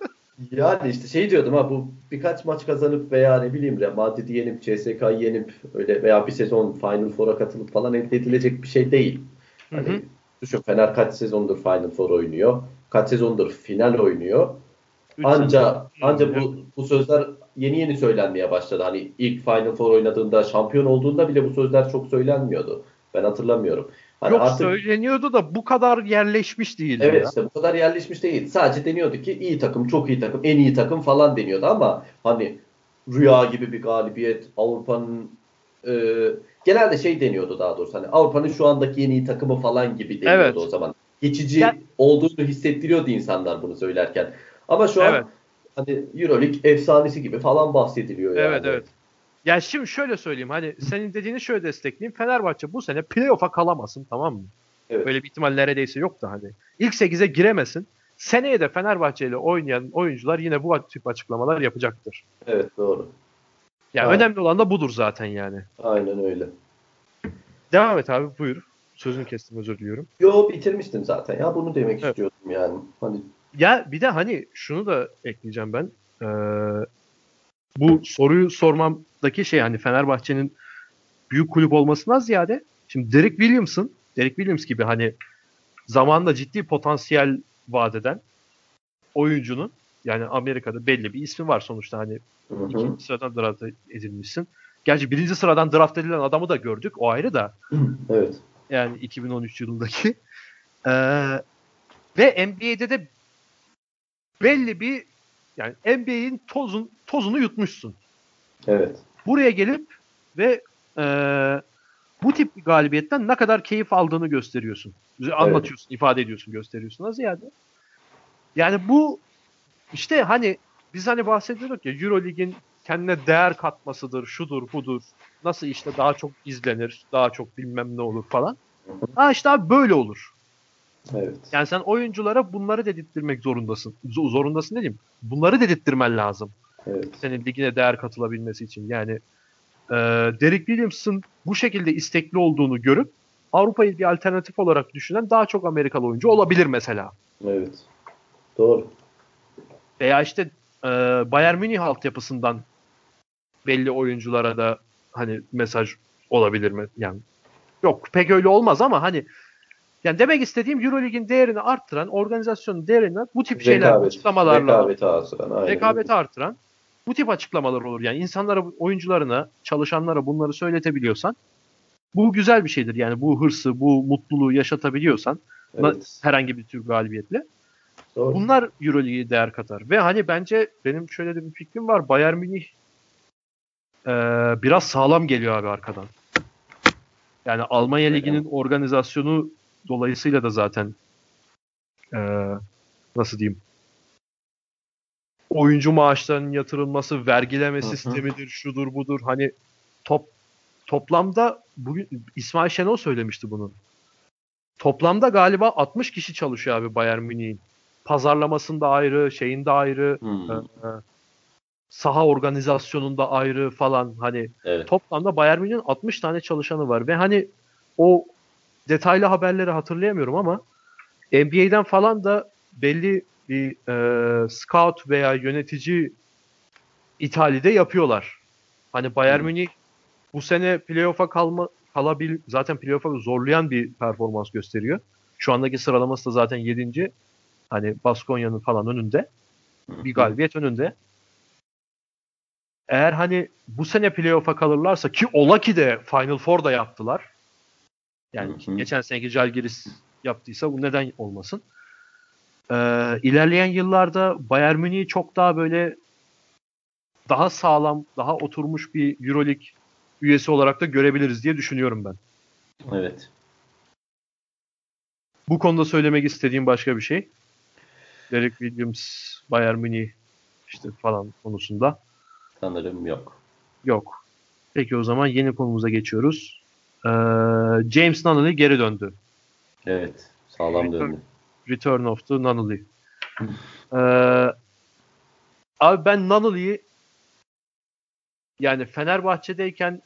B: Yani işte şey diyordum ha, bu birkaç maç kazanıp veya ne bileyim Real Madrid'i yenip C S K'yı yenip öyle veya bir sezon Final Four'a katılıp falan elde edilecek bir şey değil.
A: Hı hı.
B: Hani düşün, Fener kaç sezondur Final Four oynuyor. Kaç sezondur final oynuyor.
A: Üç
B: Anca
A: sene.
B: anca
A: Hı,
B: bu bu sözler yeni yeni söylenmeye başladı. Hani ilk Final Four oynadığında, şampiyon olduğunda bile bu sözler çok söylenmiyordu. Ben hatırlamıyorum. Hani
A: Yok,
B: artık
A: söyleniyordu da bu kadar yerleşmiş değildi
B: evet,
A: ya.
B: işte bu kadar yerleşmiş değil. Sadece deniyordu ki iyi takım, çok iyi takım, en iyi takım falan deniyordu ama hani rüya gibi bir galibiyet, Avrupa'nın e, genelde şey deniyordu daha doğrusu. Hani Avrupa'nın şu andaki en iyi takımı falan gibi deniyordu
A: Evet.
B: o zaman.
A: Ya,
B: Geçici olduğunu hissettiriyordu insanlar bunu söylerken. Ama şu
A: evet.
B: an hani EuroLeague efsanesi gibi falan bahsediliyor
A: Evet,
B: yani.
A: evet. Ya şimdi şöyle söyleyeyim, hani senin dediğini şöyle destekleyeyim. Fenerbahçe bu sene playoff'a kalamasın, tamam mı?
B: Evet.
A: Böyle bir ihtimal neredeyse yok da hani. İlk sekize giremesin. Seneye de Fenerbahçe ile oynayan oyuncular yine bu tip açıklamalar yapacaktır.
B: Evet, doğru.
A: Yani
B: Aynen,
A: önemli olan da budur zaten yani.
B: aynen öyle.
A: Devam et abi, buyur. Sözünü kestim, özür diliyorum.
B: Yo, bitirmiştim zaten ya, bunu demek
A: Evet.
B: istiyordum yani. Hani
A: Ya bir de hani şunu da ekleyeceğim ben. Ee, bu soruyu sormamdaki şey, hani Fenerbahçe'nin büyük kulüp olmasından ziyade, şimdi Derek Williams'ın, Derek Williams gibi hani zamanında ciddi potansiyel vaat eden oyuncunun, yani Amerika'da belli bir ismi var sonuçta, hani
B: hı hı.
A: ikinci sıradan draft edilmişsin. Gerçi birinci sıradan draft edilen adamı da gördük, o ayrı da,
B: Evet.
A: yani iki bin on üç yılındaki. Ee, ve N B A'de de belli bir, yani N B A'in tozun, tozunu yutmuşsun.
B: Evet.
A: Buraya gelip ve e, bu tip bir galibiyetten ne kadar keyif aldığını gösteriyorsun. Anlatıyorsun, evet, ifade ediyorsun, gösteriyorsun. Nasıl yani? Yani bu işte hani biz hani bahsediyorduk ya, Eurolig'in kendine değer katmasıdır, şudur, budur. Nasıl işte daha çok izlenir, daha çok bilmem ne olur falan. Ha işte abi böyle olur.
B: Evet.
A: Yani sen oyunculara bunları dedirttirmek zorundasın. Zorundasın dediğim, bunları dedirttirmen lazım.
B: Evet.
A: Senin ligine değer katılabilmesi için. Yani e, Derek Williams'ın bu şekilde istekli olduğunu görüp Avrupa'yı bir alternatif olarak düşünen daha çok Amerikalı oyuncu olabilir mesela.
B: Evet. Doğru.
A: Veya işte e, Bayern Münih altyapısından belli oyunculara da hani mesaj olabilir mi? Yani Yok pek öyle olmaz ama hani yani demek istediğim Euroleague'in değerini arttıran, organizasyonun değerini bu tip şeyler
B: Rekabet.
A: açıklamalarla
B: Rekabeti artıran. Aynen.
A: rekabeti artıran bu tip açıklamalar olur. Yani insanlara, oyuncularına, çalışanlara bunları söyletebiliyorsan bu güzel bir şeydir. Yani bu hırsı, bu mutluluğu yaşatabiliyorsan
B: Evet.
A: herhangi bir tür galibiyetle
B: Doğru.
A: bunlar Euroleague'e değer katar. Ve hani bence benim şöyle de bir fikrim var. Bayern Münih e, biraz sağlam geliyor abi arkadan. Yani Almanya Ligi'nin organizasyonu dolayısıyla da zaten e, nasıl diyeyim, oyuncu maaşlarının yatırılması, vergileme
B: Hı hı.
A: sistemidir, şudur budur. Hani top toplamda bugün İsmail Şenol söylemişti bunu. Toplamda galiba altmış kişi çalışıyor abi Bayern Münih'in. Pazarlamasında ayrı, şeyinde ayrı,
B: Hmm.
A: e, saha organizasyonunda ayrı falan, hani
B: Evet.
A: toplamda Bayern Münih'in altmış tane çalışanı var ve hani o detaylı haberleri hatırlayamıyorum ama N B A'den falan da belli bir e, scout veya yönetici ithali de yapıyorlar. Hani Bayern
B: Hmm.
A: Münih bu sene playoff'a kalma kalabil zaten playoff'a zorlayan bir performans gösteriyor. Şu andaki sıralaması da zaten yedinci. Hani Baskonya'nın falan önünde. Bir galibiyet önünde. Eğer hani bu sene playoff'a kalırlarsa, ki ola ki de Final Four'da yaptılar. Yani
B: Hı hı.
A: geçen seneki Žalgiris yaptıysa bu neden olmasın? Ee, ilerleyen yıllarda Bayern Münih'i çok daha böyle daha sağlam, daha oturmuş bir Euroleague üyesi olarak da görebiliriz diye düşünüyorum ben.
B: Evet.
A: Bu konuda söylemek istediğim başka bir şey. Derek Williams, Bayern Münih işte falan konusunda
B: Sanırım yok.
A: yok. Peki o zaman yeni konumuza geçiyoruz. Ee, James Nunnally geri döndü.
B: Evet. Sağlam
A: Return,
B: döndü.
A: Return of the Nunnally. Ee, abi ben Nunnally'yi yani Fenerbahçe'deyken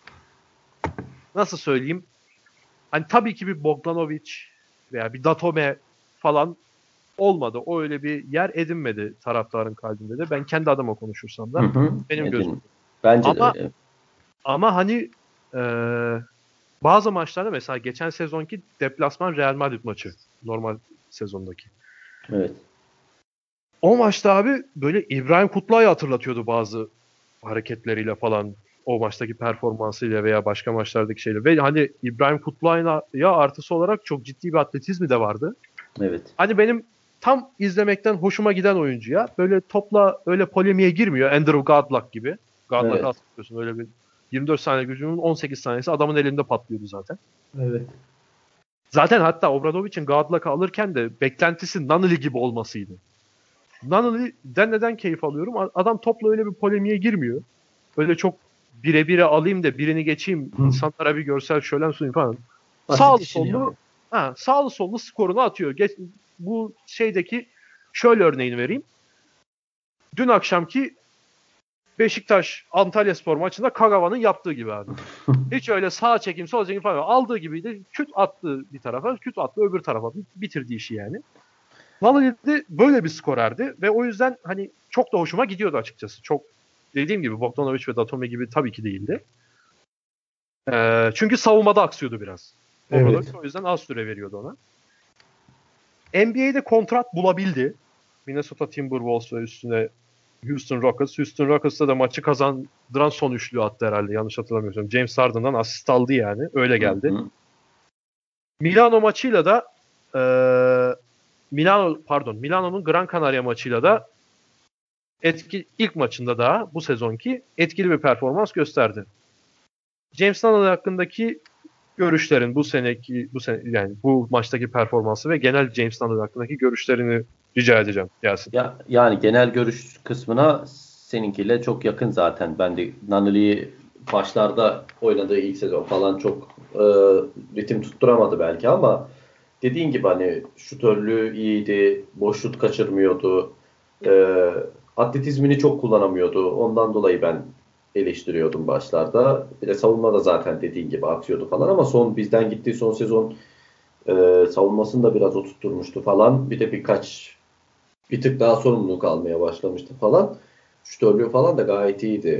A: nasıl söyleyeyim? Hani tabii ki bir Bogdanovic veya bir Datome falan olmadı. O öyle bir yer edinmedi taraftarın kalbinde de. Ben kendi adıma konuşursam
B: Hı
A: da
B: hı.
A: benim gözüm.
B: Edin. Bence de
A: Ama
B: öyle.
A: ama hani e, bazı maçlarda mesela geçen sezonki deplasman Real Madrid maçı, normal sezondaki.
B: Evet.
A: O maçta abi böyle İbrahim Kutluay'ı hatırlatıyordu bazı hareketleriyle falan, o maçtaki performansıyla veya başka maçlardaki şeyle. Ve hani İbrahim Kutluay'ın ya artısı olarak çok ciddi bir atletizmi de vardı.
B: Evet.
A: Hani benim tam izlemekten hoşuma giden oyuncu ya. Böyle topla öyle polemiğe girmiyor. Andrew Godlock gibi. Godlock'ı
B: Evet.
A: hatırlıyorsun. Öyle bir yirmi dört saniye gücünün on sekiz saniyesi adamın elinde patlıyordu zaten.
B: Evet.
A: Zaten hatta Obradovic'in Godlock'ı alırken de beklentisi Nunnally gibi olmasıydı. Nunnally'den neden keyif alıyorum? Adam topla öyle bir polemiğe girmiyor. Öyle çok bire bire alayım da birini geçeyim,
B: Hı.
A: insanlara bir görsel şölen sunayım falan.
B: Basit
A: Sağlı
B: işini
A: sollu
B: yapıyor.
A: ha, sağlı sollu skorunu atıyor. Geç, bu şeydeki şöyle örneğini vereyim. Dün akşamki Beşiktaş Antalyaspor maçında Kagawa'nın yaptığı gibi abi. Hiç öyle sağ çekim sol çekim falan aldığı gibiydi. Küt attı bir tarafa, küt attı öbür tarafa. Bitirdi işi yani. Nunnally böyle bir skorerdi ve o yüzden hani çok da hoşuma gidiyordu açıkçası. Çok dediğim gibi Bogdanovic ve Datome gibi tabii ki değildi. Ee, çünkü savunmada aksıyordu biraz. Obradovic
B: Evet.
A: o yüzden az süre veriyordu ona. N B A'de kontrat bulabildi. Minnesota Timberwolves ve üstüne Houston Rockets. Houston Rockets'ta da maçı kazandıran son üçlü attı herhalde. Yanlış hatırlamıyorsam. James Harden'dan asist aldı yani. Öyle geldi.
B: Hı hı.
A: Milano maçıyla da e, Milano pardon Milano'nun Gran Canaria maçıyla da etki, ilk maçında daha bu sezonki etkili bir performans gösterdi. James Nunnally hakkındaki görüşlerin bu seneki bu sene yani bu maçtaki performansı ve genel James Nunnally hakkındaki görüşlerini rica edeceğim gelsin.
B: Ya yani genel görüş kısmına seninkiyle çok yakın zaten. Ben de Nunnally'yi başlarda oynadığı ilk sezon falan çok e, ritim tutturamadı belki ama dediğin gibi hani şutörlüğü iyiydi, boş şut kaçırmıyordu, e, atletizmini çok kullanamıyordu. Ondan dolayı ben eleştiriyordum başlarda. Bir de savunmada zaten dediğin gibi atıyordu falan ama son bizden gittiği son sezon e, savunmasını da biraz oturtmuştu falan. Bir de birkaç bir tık daha sorumluluk almaya başlamıştı falan. Şutörlüğü falan da gayet iyiydi.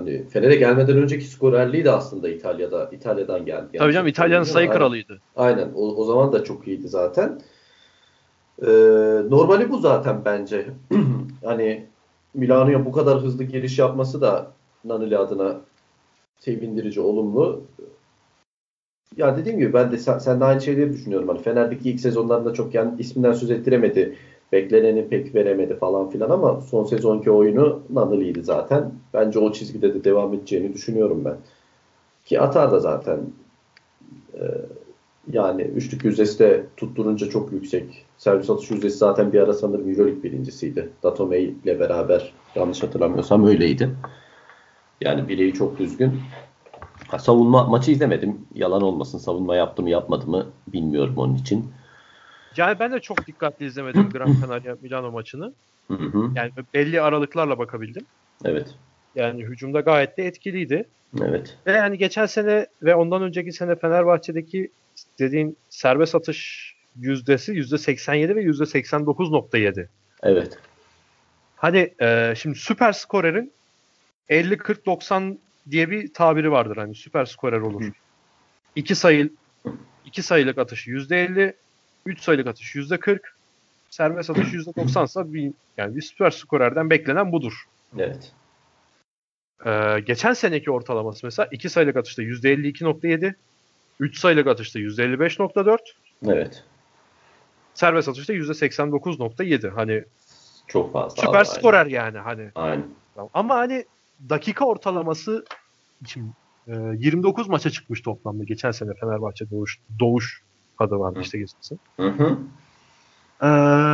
B: Hani Fener'e gelmeden önceki skorerliği de aslında İtalya'da İtalya'dan geldi.
A: Tabii canım, İtalya'nın sayı
B: aynen.
A: kralıydı.
B: Aynen. O, o zaman da çok iyiydi zaten. Ee, normali bu zaten bence. Hani Milano'ya bu kadar hızlı giriş yapması da Nani adına sevindirici, olumlu. Ya dediğim gibi ben de sen, sen de aynı şeyleri düşünüyorum. Hani Fener'deki ilk sezonlarında çok yani isminden söz ettiremedi. Bekleneni pek veremedi falan filan ama son sezonki oyunu Nani'liydi zaten. Bence o çizgide de devam edeceğini düşünüyorum ben. Ki atar da zaten. Ee, yani üçlük yüzdesi de tutturunca çok yüksek. Servis atış yüzdesi zaten bir ara sanırım Euroleague birincisiydi. Datomey ile beraber, yanlış hatırlamıyorsam öyleydi. Yani bileği çok düzgün. Ha, savunma maçı izlemedim. Yalan olmasın, savunma yaptı mı yapmadı mı bilmiyorum onun için.
A: Yani ben de çok dikkatli izlemedim Gran Canaria Milano maçını.
B: Hı hı.
A: Yani belli aralıklarla bakabildim.
B: Evet.
A: Yani hücumda gayet de etkiliydi.
B: Evet.
A: Ve yani geçen sene ve ondan önceki sene Fenerbahçe'deki dediğin serbest atış yüzdesi yüzde seksen yedi ve yüzde seksen dokuz nokta yedi.
B: Evet.
A: Hani e, şimdi süper skorerin elli kırk doksan diye bir tabiri vardır, hani süper skorer olur.
B: Hı.
A: İki sayı iki sayılık atış yüzde elli, üç sayılık atış yüzde kırk, serbest atış yüzde doksansa bir, yani bir süper skorerden beklenen budur.
B: Evet.
A: Ee, geçen seneki ortalaması mesela iki sayılık atışta yüzde elli iki nokta yedi, üç sayılık atışta yüzde elli beş nokta dört,
B: Evet.
A: serbest atışta yüzde seksen dokuz nokta yedi. Hani
B: Çok fazla
A: süper
B: abi.
A: skorer yani hani.
B: Aynen.
A: Ama hani dakika ortalaması için e, yirmi dokuz maça çıkmış toplamda geçen sene Fenerbahçe Doğuş Doğuş adı vardı işte geçen.
B: Hı hı.
A: Ee,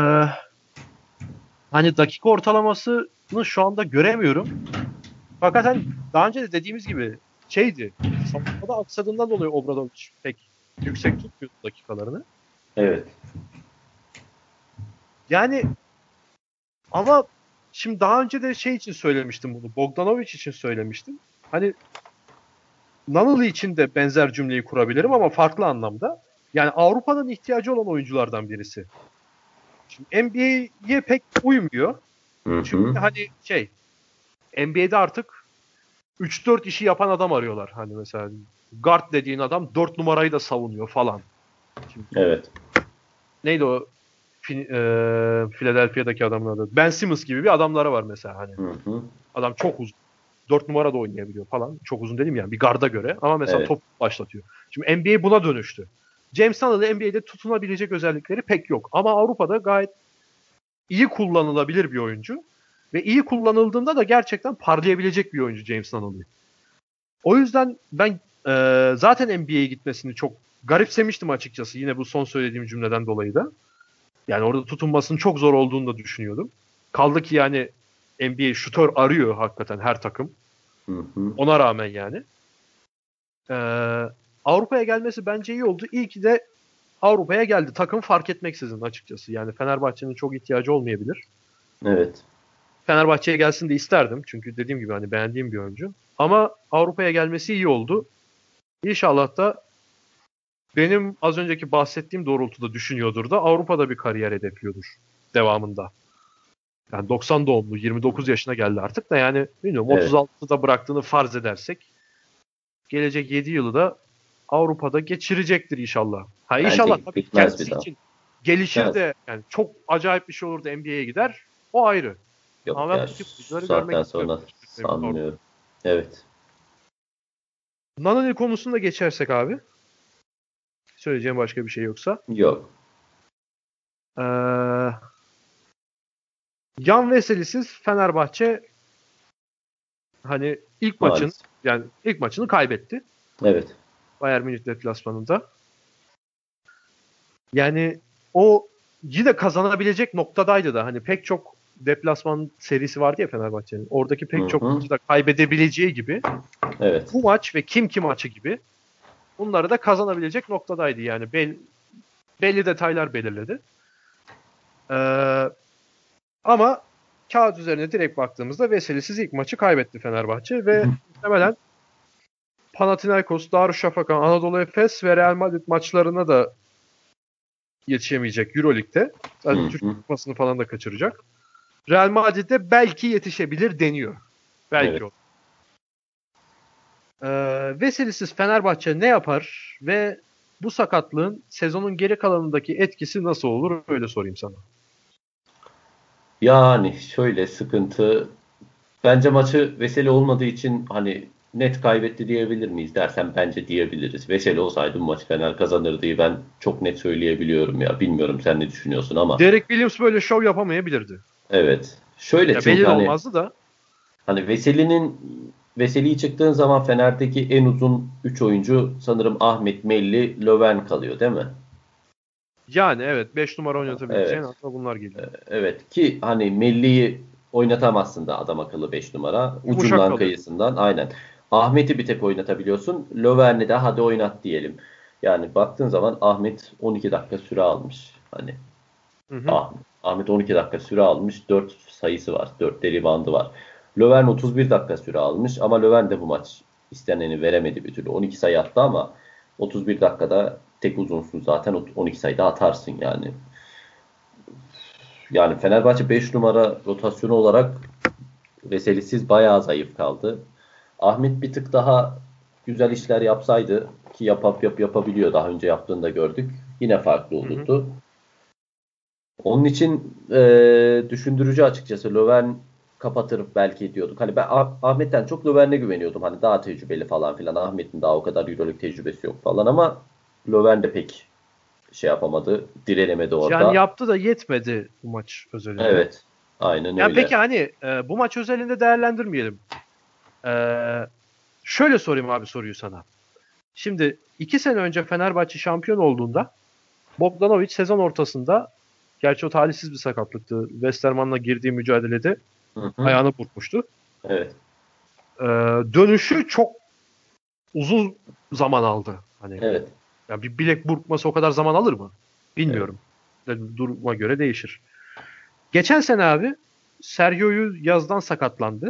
A: hani dakika ortalamasını şu anda göremiyorum. Fakat hani daha önce de dediğimiz gibi şeydi. Savunmada aksadığından dolayı Obradović pek yüksek tutmuyordu dakikalarını.
B: Evet.
A: Yani ama şimdi daha önce de şey için söylemiştim bunu. Bogdanović için söylemiştim. Hani Nanalı için de benzer cümleyi kurabilirim ama farklı anlamda. Yani Avrupa'nın ihtiyacı olan oyunculardan birisi. Şimdi N B A'ye pek uymuyor.
B: Hı
A: Çünkü
B: hı.
A: hani şey N B A'de artık üç dört işi yapan adam arıyorlar. Hani mesela guard dediğin adam dört numarayı da savunuyor falan. Şimdi,
B: Evet.
A: neydi o Fin, e, Philadelphia'daki adamın adı? Ben Simmons gibi bir adamları var mesela hani.
B: Hı hı.
A: Adam çok uzun. dört numara da oynayabiliyor falan. Çok uzun dedim yani bir garda göre ama mesela
B: Evet.
A: top başlatıyor. Şimdi N B A buna dönüştü. James Harden'ın N B A'de tutunabilecek özellikleri pek yok. Ama Avrupa'da gayet iyi kullanılabilir bir oyuncu. Ve iyi kullanıldığında da gerçekten parlayabilecek bir oyuncu James Harden. O yüzden ben e, zaten N B A'ye gitmesini çok garipsemiştim açıkçası. Yine bu son söylediğim cümleden dolayı da. Yani orada tutunmasının çok zor olduğunu da düşünüyordum. Kaldı ki yani N B A şutör arıyor hakikaten her takım.
B: Hı hı.
A: Ona rağmen yani. Ee, Avrupa'ya gelmesi bence iyi oldu. İyi ki de Avrupa'ya geldi. Takım fark etmeksizin açıkçası. Yani Fenerbahçe'nin çok ihtiyacı olmayabilir.
B: Evet.
A: Fenerbahçe'ye gelsin de isterdim. Çünkü dediğim gibi hani beğendiğim bir oyuncu. Ama Avrupa'ya gelmesi iyi oldu. İnşallah da benim az önceki bahsettiğim doğrultuda düşünüyordur da Avrupa'da bir kariyer hedefliyordur devamında. Yani doksan doğumlu, yirmi dokuz yaşına geldi artık da yani bilmiyorum
B: Evet.
A: otuz altıda bıraktığını farz edersek gelecek yedi yılı da Avrupa'da geçirecektir inşallah. Ha
B: Bence
A: inşallah tabii
B: gitmez bir
A: kendisi
B: daha.
A: için gelişir
B: Gitmez.
A: de yani çok acayip bir şey olur da N B A'ye gider. O ayrı.
B: Yok
A: Ama ben
B: ya,
A: bu tip
B: şu
A: oyuncuları görmek
B: saatten
A: istiyorum.
B: sonra sanmıyorum. Evet.
A: Nanani konusunda geçersek abi. Söyleyeceğim başka bir şey yoksa.
B: Yok.
A: Ee, Yan Veselisiz Fenerbahçe hani ilk maçın
B: Maalesef.
A: yani ilk maçını kaybetti.
B: Evet.
A: Bayern Münih deplasmanında. Yani o yine kazanabilecek noktadaydı da hani pek çok deplasman serisi vardı ya Fenerbahçe'nin. Oradaki
B: Hı
A: pek çok
B: hı.
A: maçı da kaybedebileceği gibi
B: Evet.
A: bu maç ve kim kim maçı gibi bunları da kazanabilecek noktadaydı yani. Belli, belli detaylar belirledi. Ee, ama kağıt üzerine direkt baktığımızda Veselisiz ilk maçı kaybetti Fenerbahçe ve muhtemelen Panathinaikos, Darüşşafaka, Anadolu Efes ve Real Madrid maçlarına da yetişemeyecek Euroleague'de. Zaten
B: Hı
A: Türk
B: hı.
A: Kupası'nı falan da kaçıracak. Real Madrid'de belki yetişebilir deniyor. Belki
B: Evet.
A: o. Ee, Veselisiz Fenerbahçe ne yapar ve bu sakatlığın sezonun geri kalanındaki etkisi nasıl olur? Öyle sorayım sana.
B: Yani şöyle sıkıntı, bence maçı Veseli olmadığı için hani net kaybetti diyebilir miyiz dersen bence diyebiliriz. Veseli olsaydı bu maçı Fener kazanır diye ben çok net söyleyebiliyorum ya. Bilmiyorum sen ne düşünüyorsun ama.
A: Derek Williams böyle şov yapamayabilirdi.
B: Evet. Şöyle
A: Ya
B: çünkü
A: belli de
B: hani
A: olmazdı da.
B: hani Veseli'nin Veseli'yi çıktığın zaman Fener'deki en uzun üç oyuncu sanırım Ahmet, Melli, Löwen kalıyor değil mi?
A: Yani evet beş numara oynatabileceğin
B: Evet.
A: akla bunlar geliyor.
B: Evet ki hani Melli'yi oynatamazsın da adam akıllı beş numara.
A: Yumuşak
B: Ucundan
A: kalıyor.
B: kıyısından aynen. Ahmet'i bir tek oynatabiliyorsun. Löwen'i de hadi oynat diyelim. Yani baktığın zaman Ahmet on iki dakika süre almış. Hani
A: Hı hı.
B: Ah, Ahmet on iki dakika süre almış. dört sayısı var. dört de ribandı var. Löwen otuz bir dakika süre almış ama Löwen de bu maç isteneni veremedi bir türlü. on iki sayı attı ama otuz bir dakikada tek uzunsun zaten on iki sayıda atarsın yani. Yani Fenerbahçe beş numara rotasyonu olarak Veselisiz bayağı zayıf kaldı. Ahmet bir tık daha güzel işler yapsaydı ki yapıp yap yapabiliyor, daha önce yaptığını da gördük. Yine farklı
A: Hı hı.
B: olurdu. Onun için e, düşündürücü açıkçası. Löwen kapatır belki diyorduk. Hani ben Ah- Ahmet'ten çok Löwen'e güveniyordum. Hani daha tecrübeli falan filan. Ahmet'in daha o kadar Euroleague tecrübesi yok falan ama Löwen de pek şey yapamadı. Direnemedi
A: Yani
B: orada.
A: yaptı da yetmedi bu maç özelinde.
B: Evet. Aynen
A: Yani peki
B: öyle.
A: hani e, bu maç özelinde değerlendirmeyelim. E, Şöyle sorayım abi soruyu sana. Şimdi iki sene önce Fenerbahçe şampiyon olduğunda Bogdanovic sezon ortasında, gerçi o talihsiz bir sakatlıktı, Westerman'la girdiği mücadelede
B: Hı hı.
A: ayağını burkmuştu.
B: Evet.
A: Ee, Dönüşü çok uzun zaman aldı. Hani
B: Evet.
A: ya bir bilek burkması o kadar zaman alır mı?
B: Evet.
A: Bilmiyorum. Yani duruma göre değişir. Geçen sene abi Sergio'yu yazdan sakatlandı.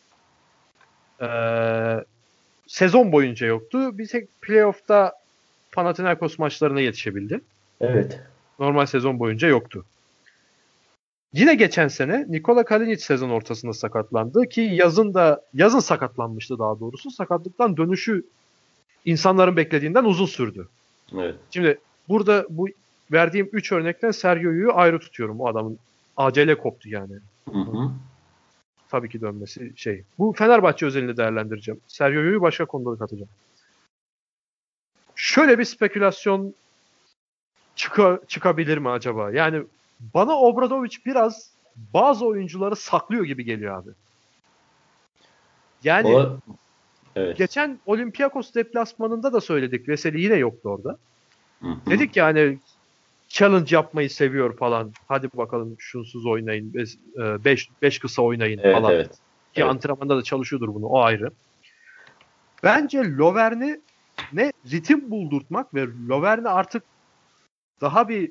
A: Ee, Sezon boyunca yoktu. Bir tek playoff'ta Panathinaikos maçlarına yetişebildi.
B: Evet.
A: Normal sezon boyunca yoktu. Yine geçen sene Nikola Kalinic sezon ortasında sakatlandı ki yazın da yazın sakatlanmıştı daha doğrusu. Sakatlıktan dönüşü insanların beklediğinden uzun sürdü.
B: Evet.
A: Şimdi burada bu verdiğim üç örnekten Sergio'yu ayrı tutuyorum. O adamın acele koptu yani.
B: Hı hı.
A: Tabii ki dönmesi şey. Bu Fenerbahçe özelinde değerlendireceğim. Sergio'yu başka konuda katacağım. Şöyle bir spekülasyon çıka, çıkabilir mi acaba? Yani bana Obradovic biraz bazı oyuncuları saklıyor gibi geliyor abi. Yani
B: O evet.
A: geçen Olympiakos deplasmanında da söyledik. Veseli yine yoktu orada.
B: Hı hı.
A: Dedik yani challenge yapmayı seviyor falan. Hadi bakalım şunsuz oynayın. beş beş kısa oynayın
B: Evet,
A: falan.
B: evet.
A: Ki
B: Evet.
A: antrenmanda da çalışıyordur bunu. O ayrı. Bence Lovern'i ne ritim buldurtmak ve Lovern'i artık daha bir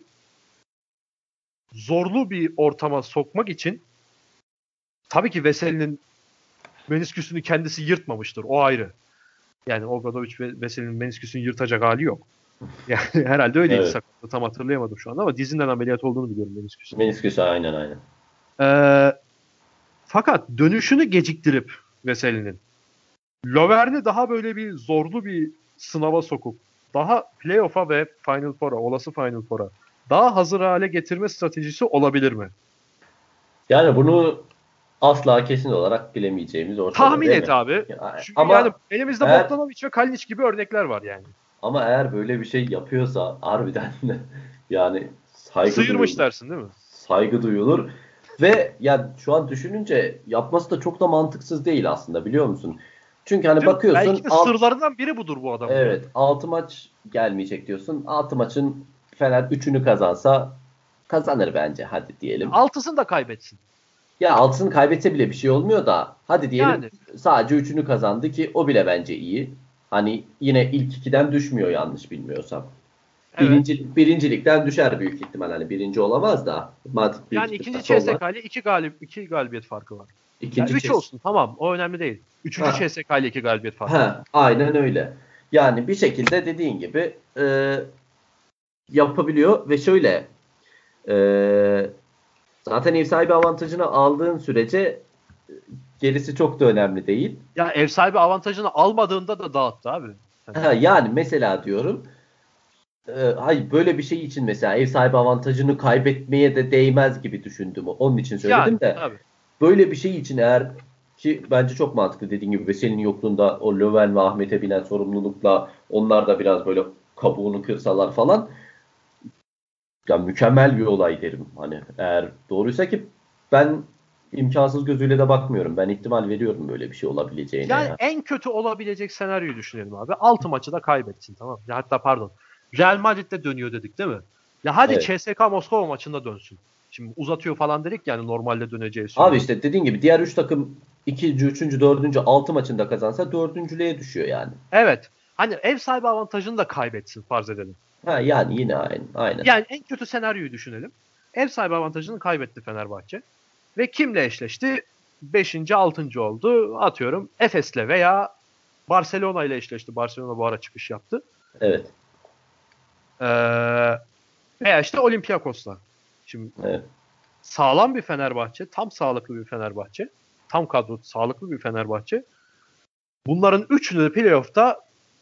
A: zorlu bir ortama sokmak için, tabii ki Veseli'nin menisküsünü kendisi yırtmamıştır. O ayrı. Yani Obradovic ve Veseli'nin menisküsünü yırtacak hali yok. Yani herhalde öyleydi
B: Evet.
A: sakatlığı. Tam hatırlayamadım şu anda ama dizinden ameliyat olduğunu biliyorum menisküsün.
B: Menisküs aynen aynen.
A: Ee, Fakat dönüşünü geciktirip Veseli'nin Lovern'i daha böyle bir zorlu bir sınava sokup daha playoff'a ve Final Four'a, olası Final Four'a daha hazır hale getirme stratejisi olabilir mi?
B: Yani bunu asla kesin olarak bilemeyeceğimiz ortada
A: Tahmin
B: değil
A: et
B: mi?
A: abi.
B: Ya,
A: Çünkü yani
B: ama
A: elimizde
B: eğer
A: Bogdanovic ve Kalinic gibi örnekler var yani.
B: ama eğer böyle bir şey yapıyorsa harbiden yani saygı
A: Sıyırmış
B: duyulur.
A: dersin değil mi?
B: Saygı duyulur. Ve ya şu an düşününce yapması da çok da mantıksız değil aslında, biliyor musun? Çünkü hani
A: Değil mi?
B: bakıyorsun
A: Belki de
B: alt
A: sırlarından biri budur bu adamın ya.
B: evet altı maç gelmeyecek diyorsun. altı maçın Fener üçünü kazansa kazanır bence, hadi diyelim.
A: Altısını da kaybetsin.
B: Ya altısını kaybetse bile bir şey olmuyor da hadi diyelim
A: Yani
B: sadece üçünü kazandı ki o bile bence iyi. Hani yine ilk ikiden düşmüyor yanlış bilmiyorsam.
A: evet.
B: Birinci, birincilikten düşer büyük ihtimal. Hani birinci olamaz da Madrid büyük
A: Yani
B: ihtimal
A: ikinci
B: sollar.
A: C S K ile iki galip iki galibiyet farkı var. Ya
B: İkinci
A: üç
B: çiz.
A: olsun tamam, o önemli değil. Üçüncü
B: Ha,
A: C S K ile iki galibiyet farkı var.
B: ha, aynen öyle. Yani bir şekilde dediğin gibi e, yapabiliyor ve şöyle e, zaten ev sahibi avantajını aldığın sürece gerisi çok da önemli değil.
A: Ya ev sahibi avantajını almadığında da dağıttı abi.
B: Ha, yani mesela diyorum e, hayır böyle bir şey için mesela ev sahibi avantajını kaybetmeye de değmez gibi düşündüm. Onun için söyledim
A: Yani
B: de
A: tabii.
B: böyle bir şey için eğer ki bence çok mantıklı dediğin gibi Veseli'nin yokluğunda o Löwen ve Ahmet'e binen sorumlulukla onlar da biraz böyle kabuğunu kırsalar falan ya mükemmel bir olay derim. Hani eğer doğruysa ki ben imkansız gözüyle de bakmıyorum. Ben ihtimal veriyorum böyle bir şey olabileceğine
A: Yani
B: ya.
A: en kötü olabilecek senaryoyu düşünelim abi. altı maçı da kaybetsin, tamam mı? Ya hatta pardon. Real Madrid'de dönüyor dedik değil mi? Ya hadi
B: Evet.
A: C S K A Moskova maçında dönsün. Şimdi uzatıyor falan dedik yani normalde döneceği
B: Abi
A: süreyi.
B: işte dediğin gibi diğer üç takım ikinci, üçüncü, dördüncü, altı maçında kazansa dördüncülüğe düşüyor yani.
A: Evet. Hani ev sahibi avantajını da kaybetsin farz edelim.
B: Ha yani yine aynı. Aynen.
A: Yani en kötü senaryoyu düşünelim. Ev sahibi avantajını kaybetti Fenerbahçe. Ve kimle eşleşti? Beşinci, altıncı oldu. Atıyorum Efes'le veya Barcelona ile eşleşti. Barcelona bu ara çıkış yaptı.
B: Evet.
A: Ee, veya işte Olympiakos'la. Şimdi
B: Evet.
A: sağlam bir Fenerbahçe, tam sağlıklı bir Fenerbahçe, tam kadro sağlıklı bir Fenerbahçe. Bunların üçünü de playoff'ta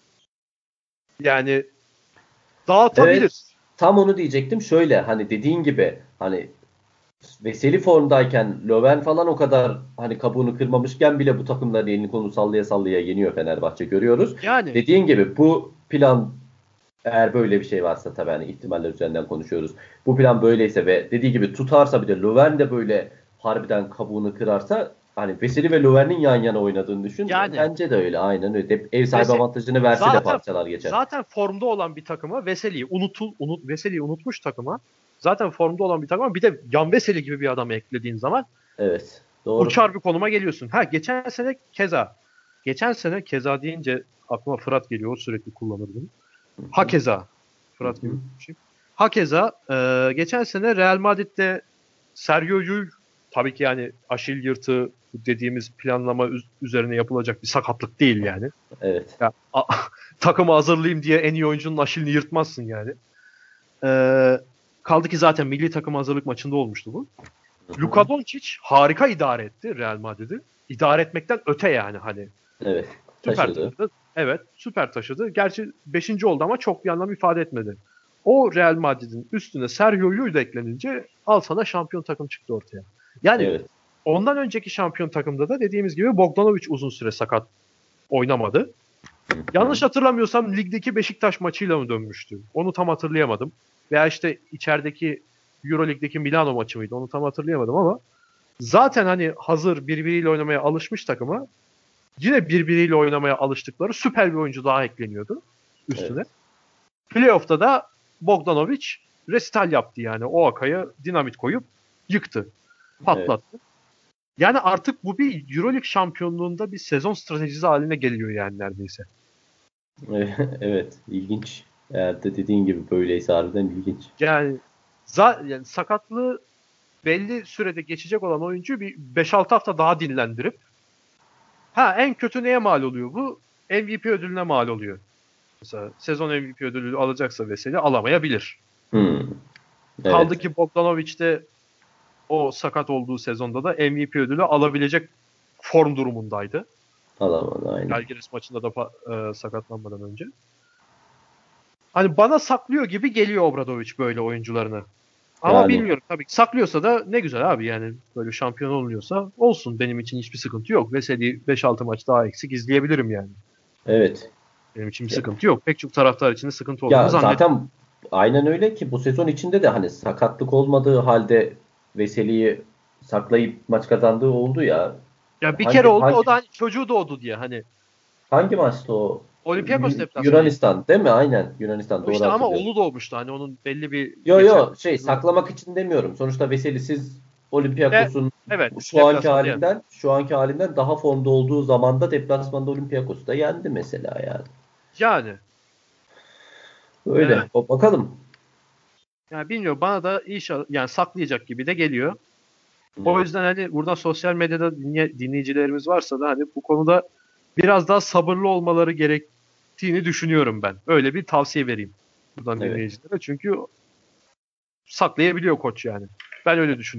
A: yani
B: Evet.
A: dağıtabilir.
B: Tam onu diyecektim. Şöyle hani dediğin gibi hani Veseli formdayken Löwen falan o kadar hani kabuğunu kırmamışken bile bu takımların elini kolunu sallaya sallaya yeniyor Fenerbahçe görüyoruz.
A: Yani
B: Dediğin gibi bu plan eğer böyle bir şey varsa tabii hani ihtimaller üzerinden konuşuyoruz. Bu plan böyleyse ve dediği gibi tutarsa bir de Löwen de böyle harbiden kabuğunu kırarsa hani Veseli ve Löwen'in yan yana oynadığını düşün.
A: yani
B: Bence de öyle aynen öyle. Ev sahibi
A: Vese
B: avantajını verse de
A: zaten
B: parçalar geçer.
A: zaten formda olan bir takıma Veseli'yi unutul unut Veseli'yi unutmuş takıma zaten formda olan bir takıma bir de Yan Veseli gibi bir adamı eklediğin zaman
B: Evet. Doğru.
A: uçar bir konuma geliyorsun. Ha geçen sene keza geçen sene keza deyince aklıma Fırat geliyor. O sürekli kullanır bunu. Hakeza. Fırat gibi bir şey. Hakeza e, geçen sene Real Madrid'de Sergio Llull tabii ki yani Aşil yırtığı dediğimiz planlama üz- üzerine yapılacak bir sakatlık değil yani.
B: Evet.
A: Ya, a- takımı hazırlayayım diye en iyi oyuncunun Aşil'ini yırtmazsın yani. E, kaldı ki zaten milli takım hazırlık maçında olmuştu bu. Luka Doncic harika idare etti Real Madrid'i. İdare etmekten öte yani hani.
B: Evet.
A: Süper
B: Taşıdı.
A: taşıdı. Evet, süper taşıdı. Gerçi beşinci oldu ama çok bir anlam ifade etmedi. O Real Madrid'in üstüne Sergio Llull da eklenince al sana şampiyon takım çıktı ortaya. Yani
B: Evet.
A: ondan önceki şampiyon takımda da dediğimiz gibi Bogdanovic uzun süre sakat oynamadı. Yanlış hatırlamıyorsam ligdeki Beşiktaş maçıyla mı dönmüştü? Onu tam hatırlayamadım. Veya işte içerideki Euroleague'deki Milano maçı mıydı? Onu tam hatırlayamadım ama zaten hani hazır birbiriyle oynamaya alışmış takıma yine birbiriyle oynamaya alıştıkları süper bir oyuncu daha ekleniyordu üstüne.
B: Evet.
A: Playoff'ta da Bogdanovic resital yaptı yani. O Aka'ya dinamit koyup yıktı.
B: Evet.
A: Patlattı. Yani artık bu bir Euroleague şampiyonluğunda bir sezon stratejisi haline geliyor yani neredeyse.
B: Evet. İlginç. Eğer de dediğin gibi böyleyse harbiden ilginç.
A: Yani, za- yani sakatlığı belli sürede geçecek olan oyuncu bir beş altı hafta daha dinlendirip ha en kötü neye mal oluyor bu? M V P ödülüne mal oluyor. Mesela sezon M V P ödülü alacaksa Veseli alamayabilir.
B: Hmm.
A: Kaldı
B: Evet.
A: ki Bogdanovic de o sakat olduğu sezonda da M V P ödülü alabilecek form durumundaydı.
B: Alamadı aynen.
A: Žalgiris maçında da e, sakatlanmadan önce. Hani bana saklıyor gibi geliyor Obradovic böyle oyuncularını. Ama
B: Yani
A: bilmiyorum tabii. Saklıyorsa da ne güzel abi yani böyle şampiyon oluyorsa olsun benim için hiçbir sıkıntı yok. Veseli beş altı maç daha eksik izleyebilirim yani.
B: evet.
A: Benim için bir
B: Ya,
A: sıkıntı yok. Pek çok taraftar için de sıkıntı olduğunu
B: ya
A: zannetmiyorum.
B: zaten aynen öyle ki bu sezon içinde de hani sakatlık olmadığı halde Veseli'yi saklayıp maç kazandığı oldu ya.
A: Ya bir kere
B: Hangi
A: oldu
B: hangi
A: o da hani çocuğu doğdu diye hani
B: hangi maçtı o?
A: Olympiakos
B: Yu-
A: deplasmanıydı.
B: Yunanistan değil mi? Aynen Yunanistan
A: O
B: doğru
A: işte ama
B: hatırlıyorum.
A: oğlu doğmuştu. Hani onun belli bir
B: Yo
A: geçen
B: yo şey saklamak için demiyorum. Sonuçta Veseli siz
A: de
B: Olympiakos'un
A: evet
B: şu anki
A: deplasmanda yani.
B: halinden şu anki halinden daha formda olduğu zamanda deplasmanda Olympiakos'u da yendi mesela yani.
A: Yani
B: Öyle.
A: evet.
B: Ba- Bakalım.
A: Yani bilmiyorum bana da inşallah yani saklayacak gibi de geliyor. O
B: Evet.
A: yüzden hani burada sosyal medyada dinle, dinleyicilerimiz varsa da hani bu konuda biraz daha sabırlı olmaları gerektiğini düşünüyorum ben. Öyle bir tavsiye vereyim buradan
B: Evet.
A: dinleyicilere. Çünkü saklayabiliyor koç yani. Ben öyle düşünüyorum.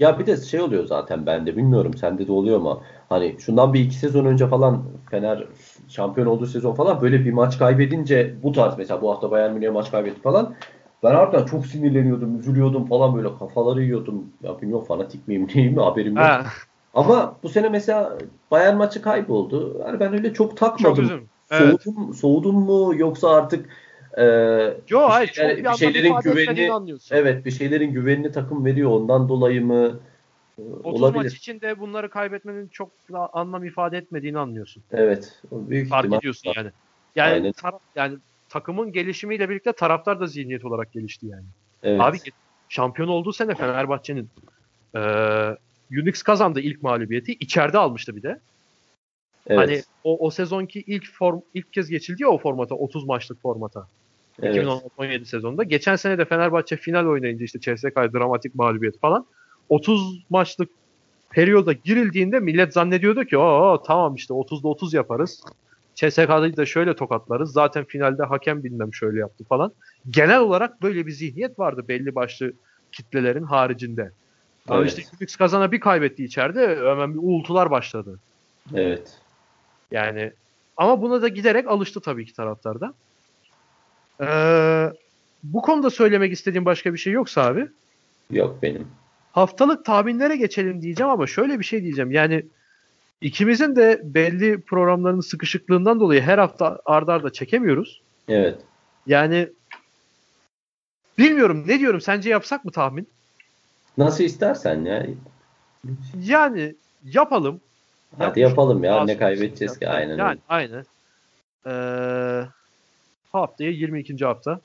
B: Ya bir de şey oluyor zaten bende, bilmiyorum sende de oluyor mu? Hani şundan bir iki sezon önce falan Fener şampiyon olduğu sezon falan böyle bir maç kaybedince, bu tarz mesela bu hafta Bayern Münih'e maç kaybetti falan. Ben harbiden çok sinirleniyordum, üzülüyordum falan, böyle kafaları yiyordum. Ya bilmiyorum, fanatik miyim neyim mi haberim yok.
A: Ha,
B: Ama bu sene mesela Bayern maçı kayboldu. Yani ben öyle çok
A: çok
B: takmadım.
A: üzüldüm. Evet.
B: Soğudum, soğudum mu yoksa artık e,
A: Yo,
B: bir
A: hayır, çok
B: şeyler,
A: bir
B: bir
A: anlam
B: şeylerin
A: ifade etmediğini
B: güvenini,
A: anlıyorsun.
B: evet bir şeylerin güvenini takım veriyor ondan dolayı mı? E,
A: otuz maç
B: olabilir.
A: içinde bunları kaybetmenin çok da anlam ifade etmediğini anlıyorsun.
B: Evet. O büyük
A: Fark
B: ihtimal
A: ediyorsun
B: var.
A: yani. Yani
B: Aynen.
A: taraf, yani takımın gelişimiyle birlikte taraftar da zihniyet olarak gelişti yani. Abi,
B: Evet.
A: şampiyon olduğu sene Fenerbahçe'nin eee Unix kazandı ilk mağlubiyeti. İçeride almıştı bir de. Hani
B: Evet.
A: o, o sezonki ilk form ilk kez geçildi ya o formata, otuz maçlık formata.
B: Evet.
A: iki bin on altı on yedi sezonunda. Geçen sene de Fenerbahçe final oynayınca işte C S K dramatik mağlubiyet falan. otuz maçlık periyoda girildiğinde millet zannediyordu ki o tamam işte otuzda otuz yaparız. C S K'yı da şöyle tokatlarız. Zaten finalde hakem bilmem şöyle yaptı falan. Genel olarak böyle bir zihniyet vardı belli başlı kitlelerin haricinde. Ama işte
B: Evet.
A: Unix kazana bir kaybetti içeride, hemen bir uğultular başladı.
B: Evet.
A: Yani ama buna da giderek alıştı tabii ki taraftarda. Ee, Bu konuda söylemek istediğim başka bir şey yoksa abi,
B: Yok benim.
A: haftalık tahminlere geçelim diyeceğim ama şöyle bir şey diyeceğim. Yani ikimizin de belli programlarının sıkışıklığından dolayı her hafta arda arda çekemiyoruz.
B: Evet.
A: Yani bilmiyorum, ne diyorum, sence yapsak mı tahmin?
B: Nasıl istersen ya.
A: Yani yapalım.
B: Hadi
A: Yapmış olalım.
B: yapalım ya.
A: Daha
B: Ne
A: sonrasında.
B: kaybedeceğiz ki?
A: Evet,
B: Aynen öyle.
A: yani aynı. Ee, Haftaya yirmi ikinci hafta.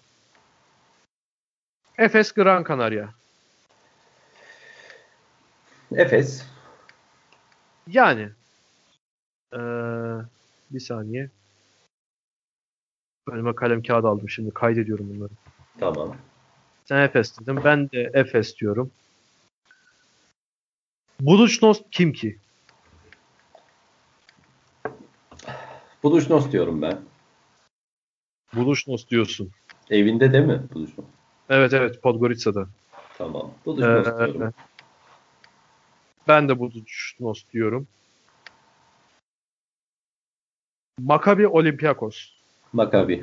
A: Efes Gran Canaria.
B: Efes.
A: Yani ee, bir saniye. Önüme kalem kağıt aldım, şimdi kaydediyorum bunları.
B: Tamam.
A: Sen Efes dedin. Ben de Efes diyorum. Budućnost kim ki?
B: Budućnost diyorum ben.
A: Budućnost diyorsun.
B: Evinde değil mi Budućnost?
A: Evet, evet, Podgorica'da.
B: Tamam. Budućnost diyorum.
A: Ee, Ben de Budućnost diyorum. Maccabi Olympiakos.
B: Maccabi.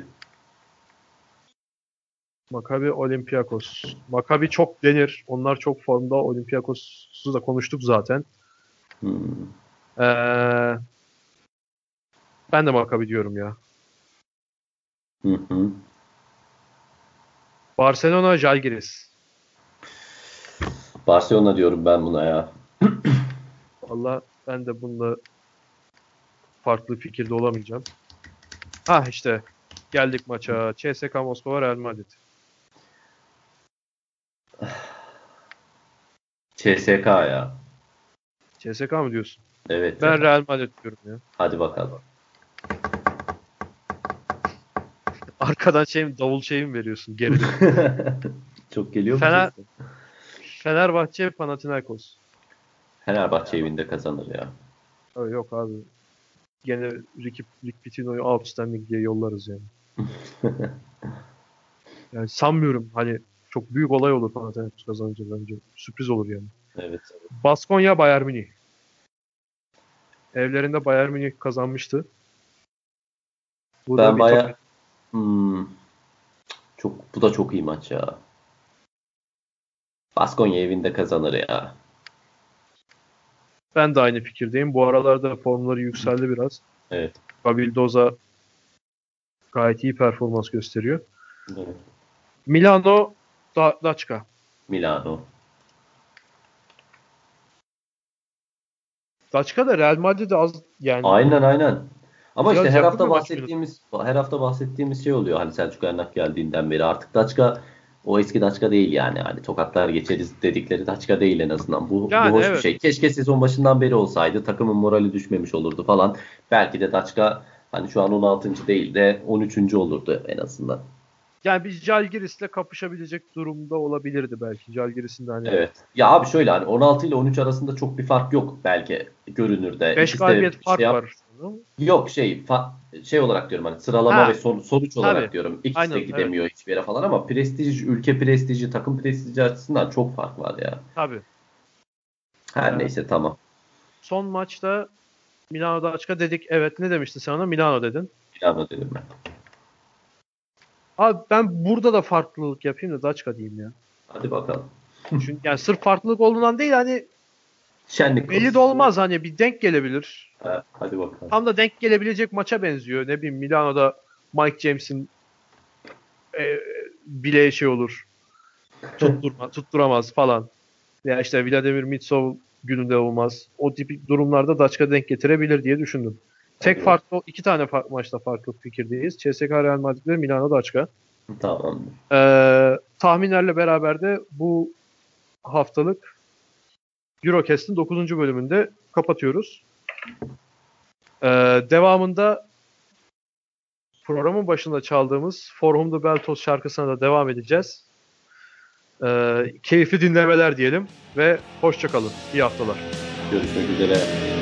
A: Maccabi Olympiakos. Maccabi çok denir. Onlar çok formda. Olympiakos'u da konuştuk zaten.
B: Hmm.
A: Ee, Ben de Maccabi diyorum ya.
B: Hı hı.
A: Barcelona Žalgiris.
B: Barcelona diyorum ben buna ya.
A: Valla ben de bunda farklı fikirde olamayacağım. Ah işte geldik maça. C S K A Moskova Real Madrid.
B: C S K ya.
A: C S K A mı diyorsun?
B: Evet
A: Ben
B: ya.
A: Real Madrid diyorum ya.
B: Hadi bakalım.
A: Arkadan şey mi, davul şey mi veriyorsun gerilim?
B: Çok geliyor mu
A: Fener,
B: sesin?
A: Fenerbahçe Panathinaikos.
B: Fenerbahçe evinde kazanır ya.
A: Öyle yok abi. Gene Ricky, Rick Pitino'yu outstanding diye yollarız yani. Yani sanmıyorum hani çok büyük olay olur Panathinaikos kazanınca bence. Sürpriz olur yani.
B: Evet.
A: Baskonya Bayern Münih. Evlerinde Bayern Münih kazanmıştı. Bu da
B: Ben
A: bir top.
B: baya hmm, çok bu da çok iyi maç ya. Baskonya evinde kazanır ya.
A: Ben de aynı fikirdeyim. Bu aralarda formları yükseldi biraz.
B: Evet.
A: Gabildoza gayet iyi performans gösteriyor.
B: Evet.
A: Milano da Daçka.
B: Milano.
A: Daçka da Real Madrid'e az yani
B: Aynen aynen. Ama işte
A: biraz
B: her
A: yakın bir
B: hafta
A: maç oynadı.
B: bahsettiğimiz her hafta bahsettiğimiz şey oluyor. Hani Selçuk Ernak geldiğinden beri artık Daçka o eski Daçka değil yani. Hani tokatlar geçeriz dedikleri Daçka değil en azından. Bu, bu
A: Yani
B: hoş bir
A: evet.
B: şey. Keşke sezon başından beri olsaydı. Takımın morali düşmemiş olurdu falan. Belki de Daçka hani şu an on altıncı değil de on üçüncü olurdu en azından.
A: Yani biz Žalgiris'le kapışabilecek durumda olabilirdi belki. Žalgiris'in de hani
B: Evet. Ya abi şöyle hani on altı ile on üç arasında çok bir fark yok belki görünürde.
A: beş
B: İkisi de
A: galibiyet
B: şey
A: fark
B: yap.
A: var şu an.
B: Yok şey fa- şey olarak diyorum hani sıralama ve
A: Ha,
B: son- sonuç
A: tabii.
B: olarak diyorum. İkisi de
A: Aynen, evet.
B: gidemiyor hiçbir yere falan ama prestij, ülke prestiji, takım prestiji açısından çok fark var ya.
A: Tabii.
B: Her
A: Evet.
B: neyse tamam.
A: Son maçta Milano'da açık dedik. Evet, ne demiştin sen ona? Milano dedin.
B: Milano dedim ben.
A: Abi ben burada da farklılık yapayım da Daçka diyeyim ya.
B: Hadi bakalım.
A: Çünkü yani sırf farklılık olduğundan değil, hani
B: Şenlik
A: belli de
B: olsun.
A: olmaz, hani bir denk gelebilir.
B: Ha, hadi bakalım.
A: Tam da denk gelebilecek maça benziyor. Ne bileyim, Milano'da Mike James'in e, bileğe şey olur. Tutturma, tutturamaz falan. Veya işte Vladimir Mitsov gününde olmaz. O tip durumlarda Daçka denk getirebilir diye düşündüm. Tek
B: Hadi
A: farklı iki tane farklı maçta farklı fikirdeyiz. C S K A Real Madrid ve Milano Daçka.
B: Tamam.
A: Ee, tahminlerle beraber de bu haftalık Eurocast'ın dokuzuncu bölümünde kapatıyoruz. Ee, devamında programın başında çaldığımız For Whom the Bell Tolls şarkısına da devam edeceğiz. Ee, keyifli dinlemeler diyelim ve hoşça kalın. İyi haftalar.
B: Görüşmek üzere.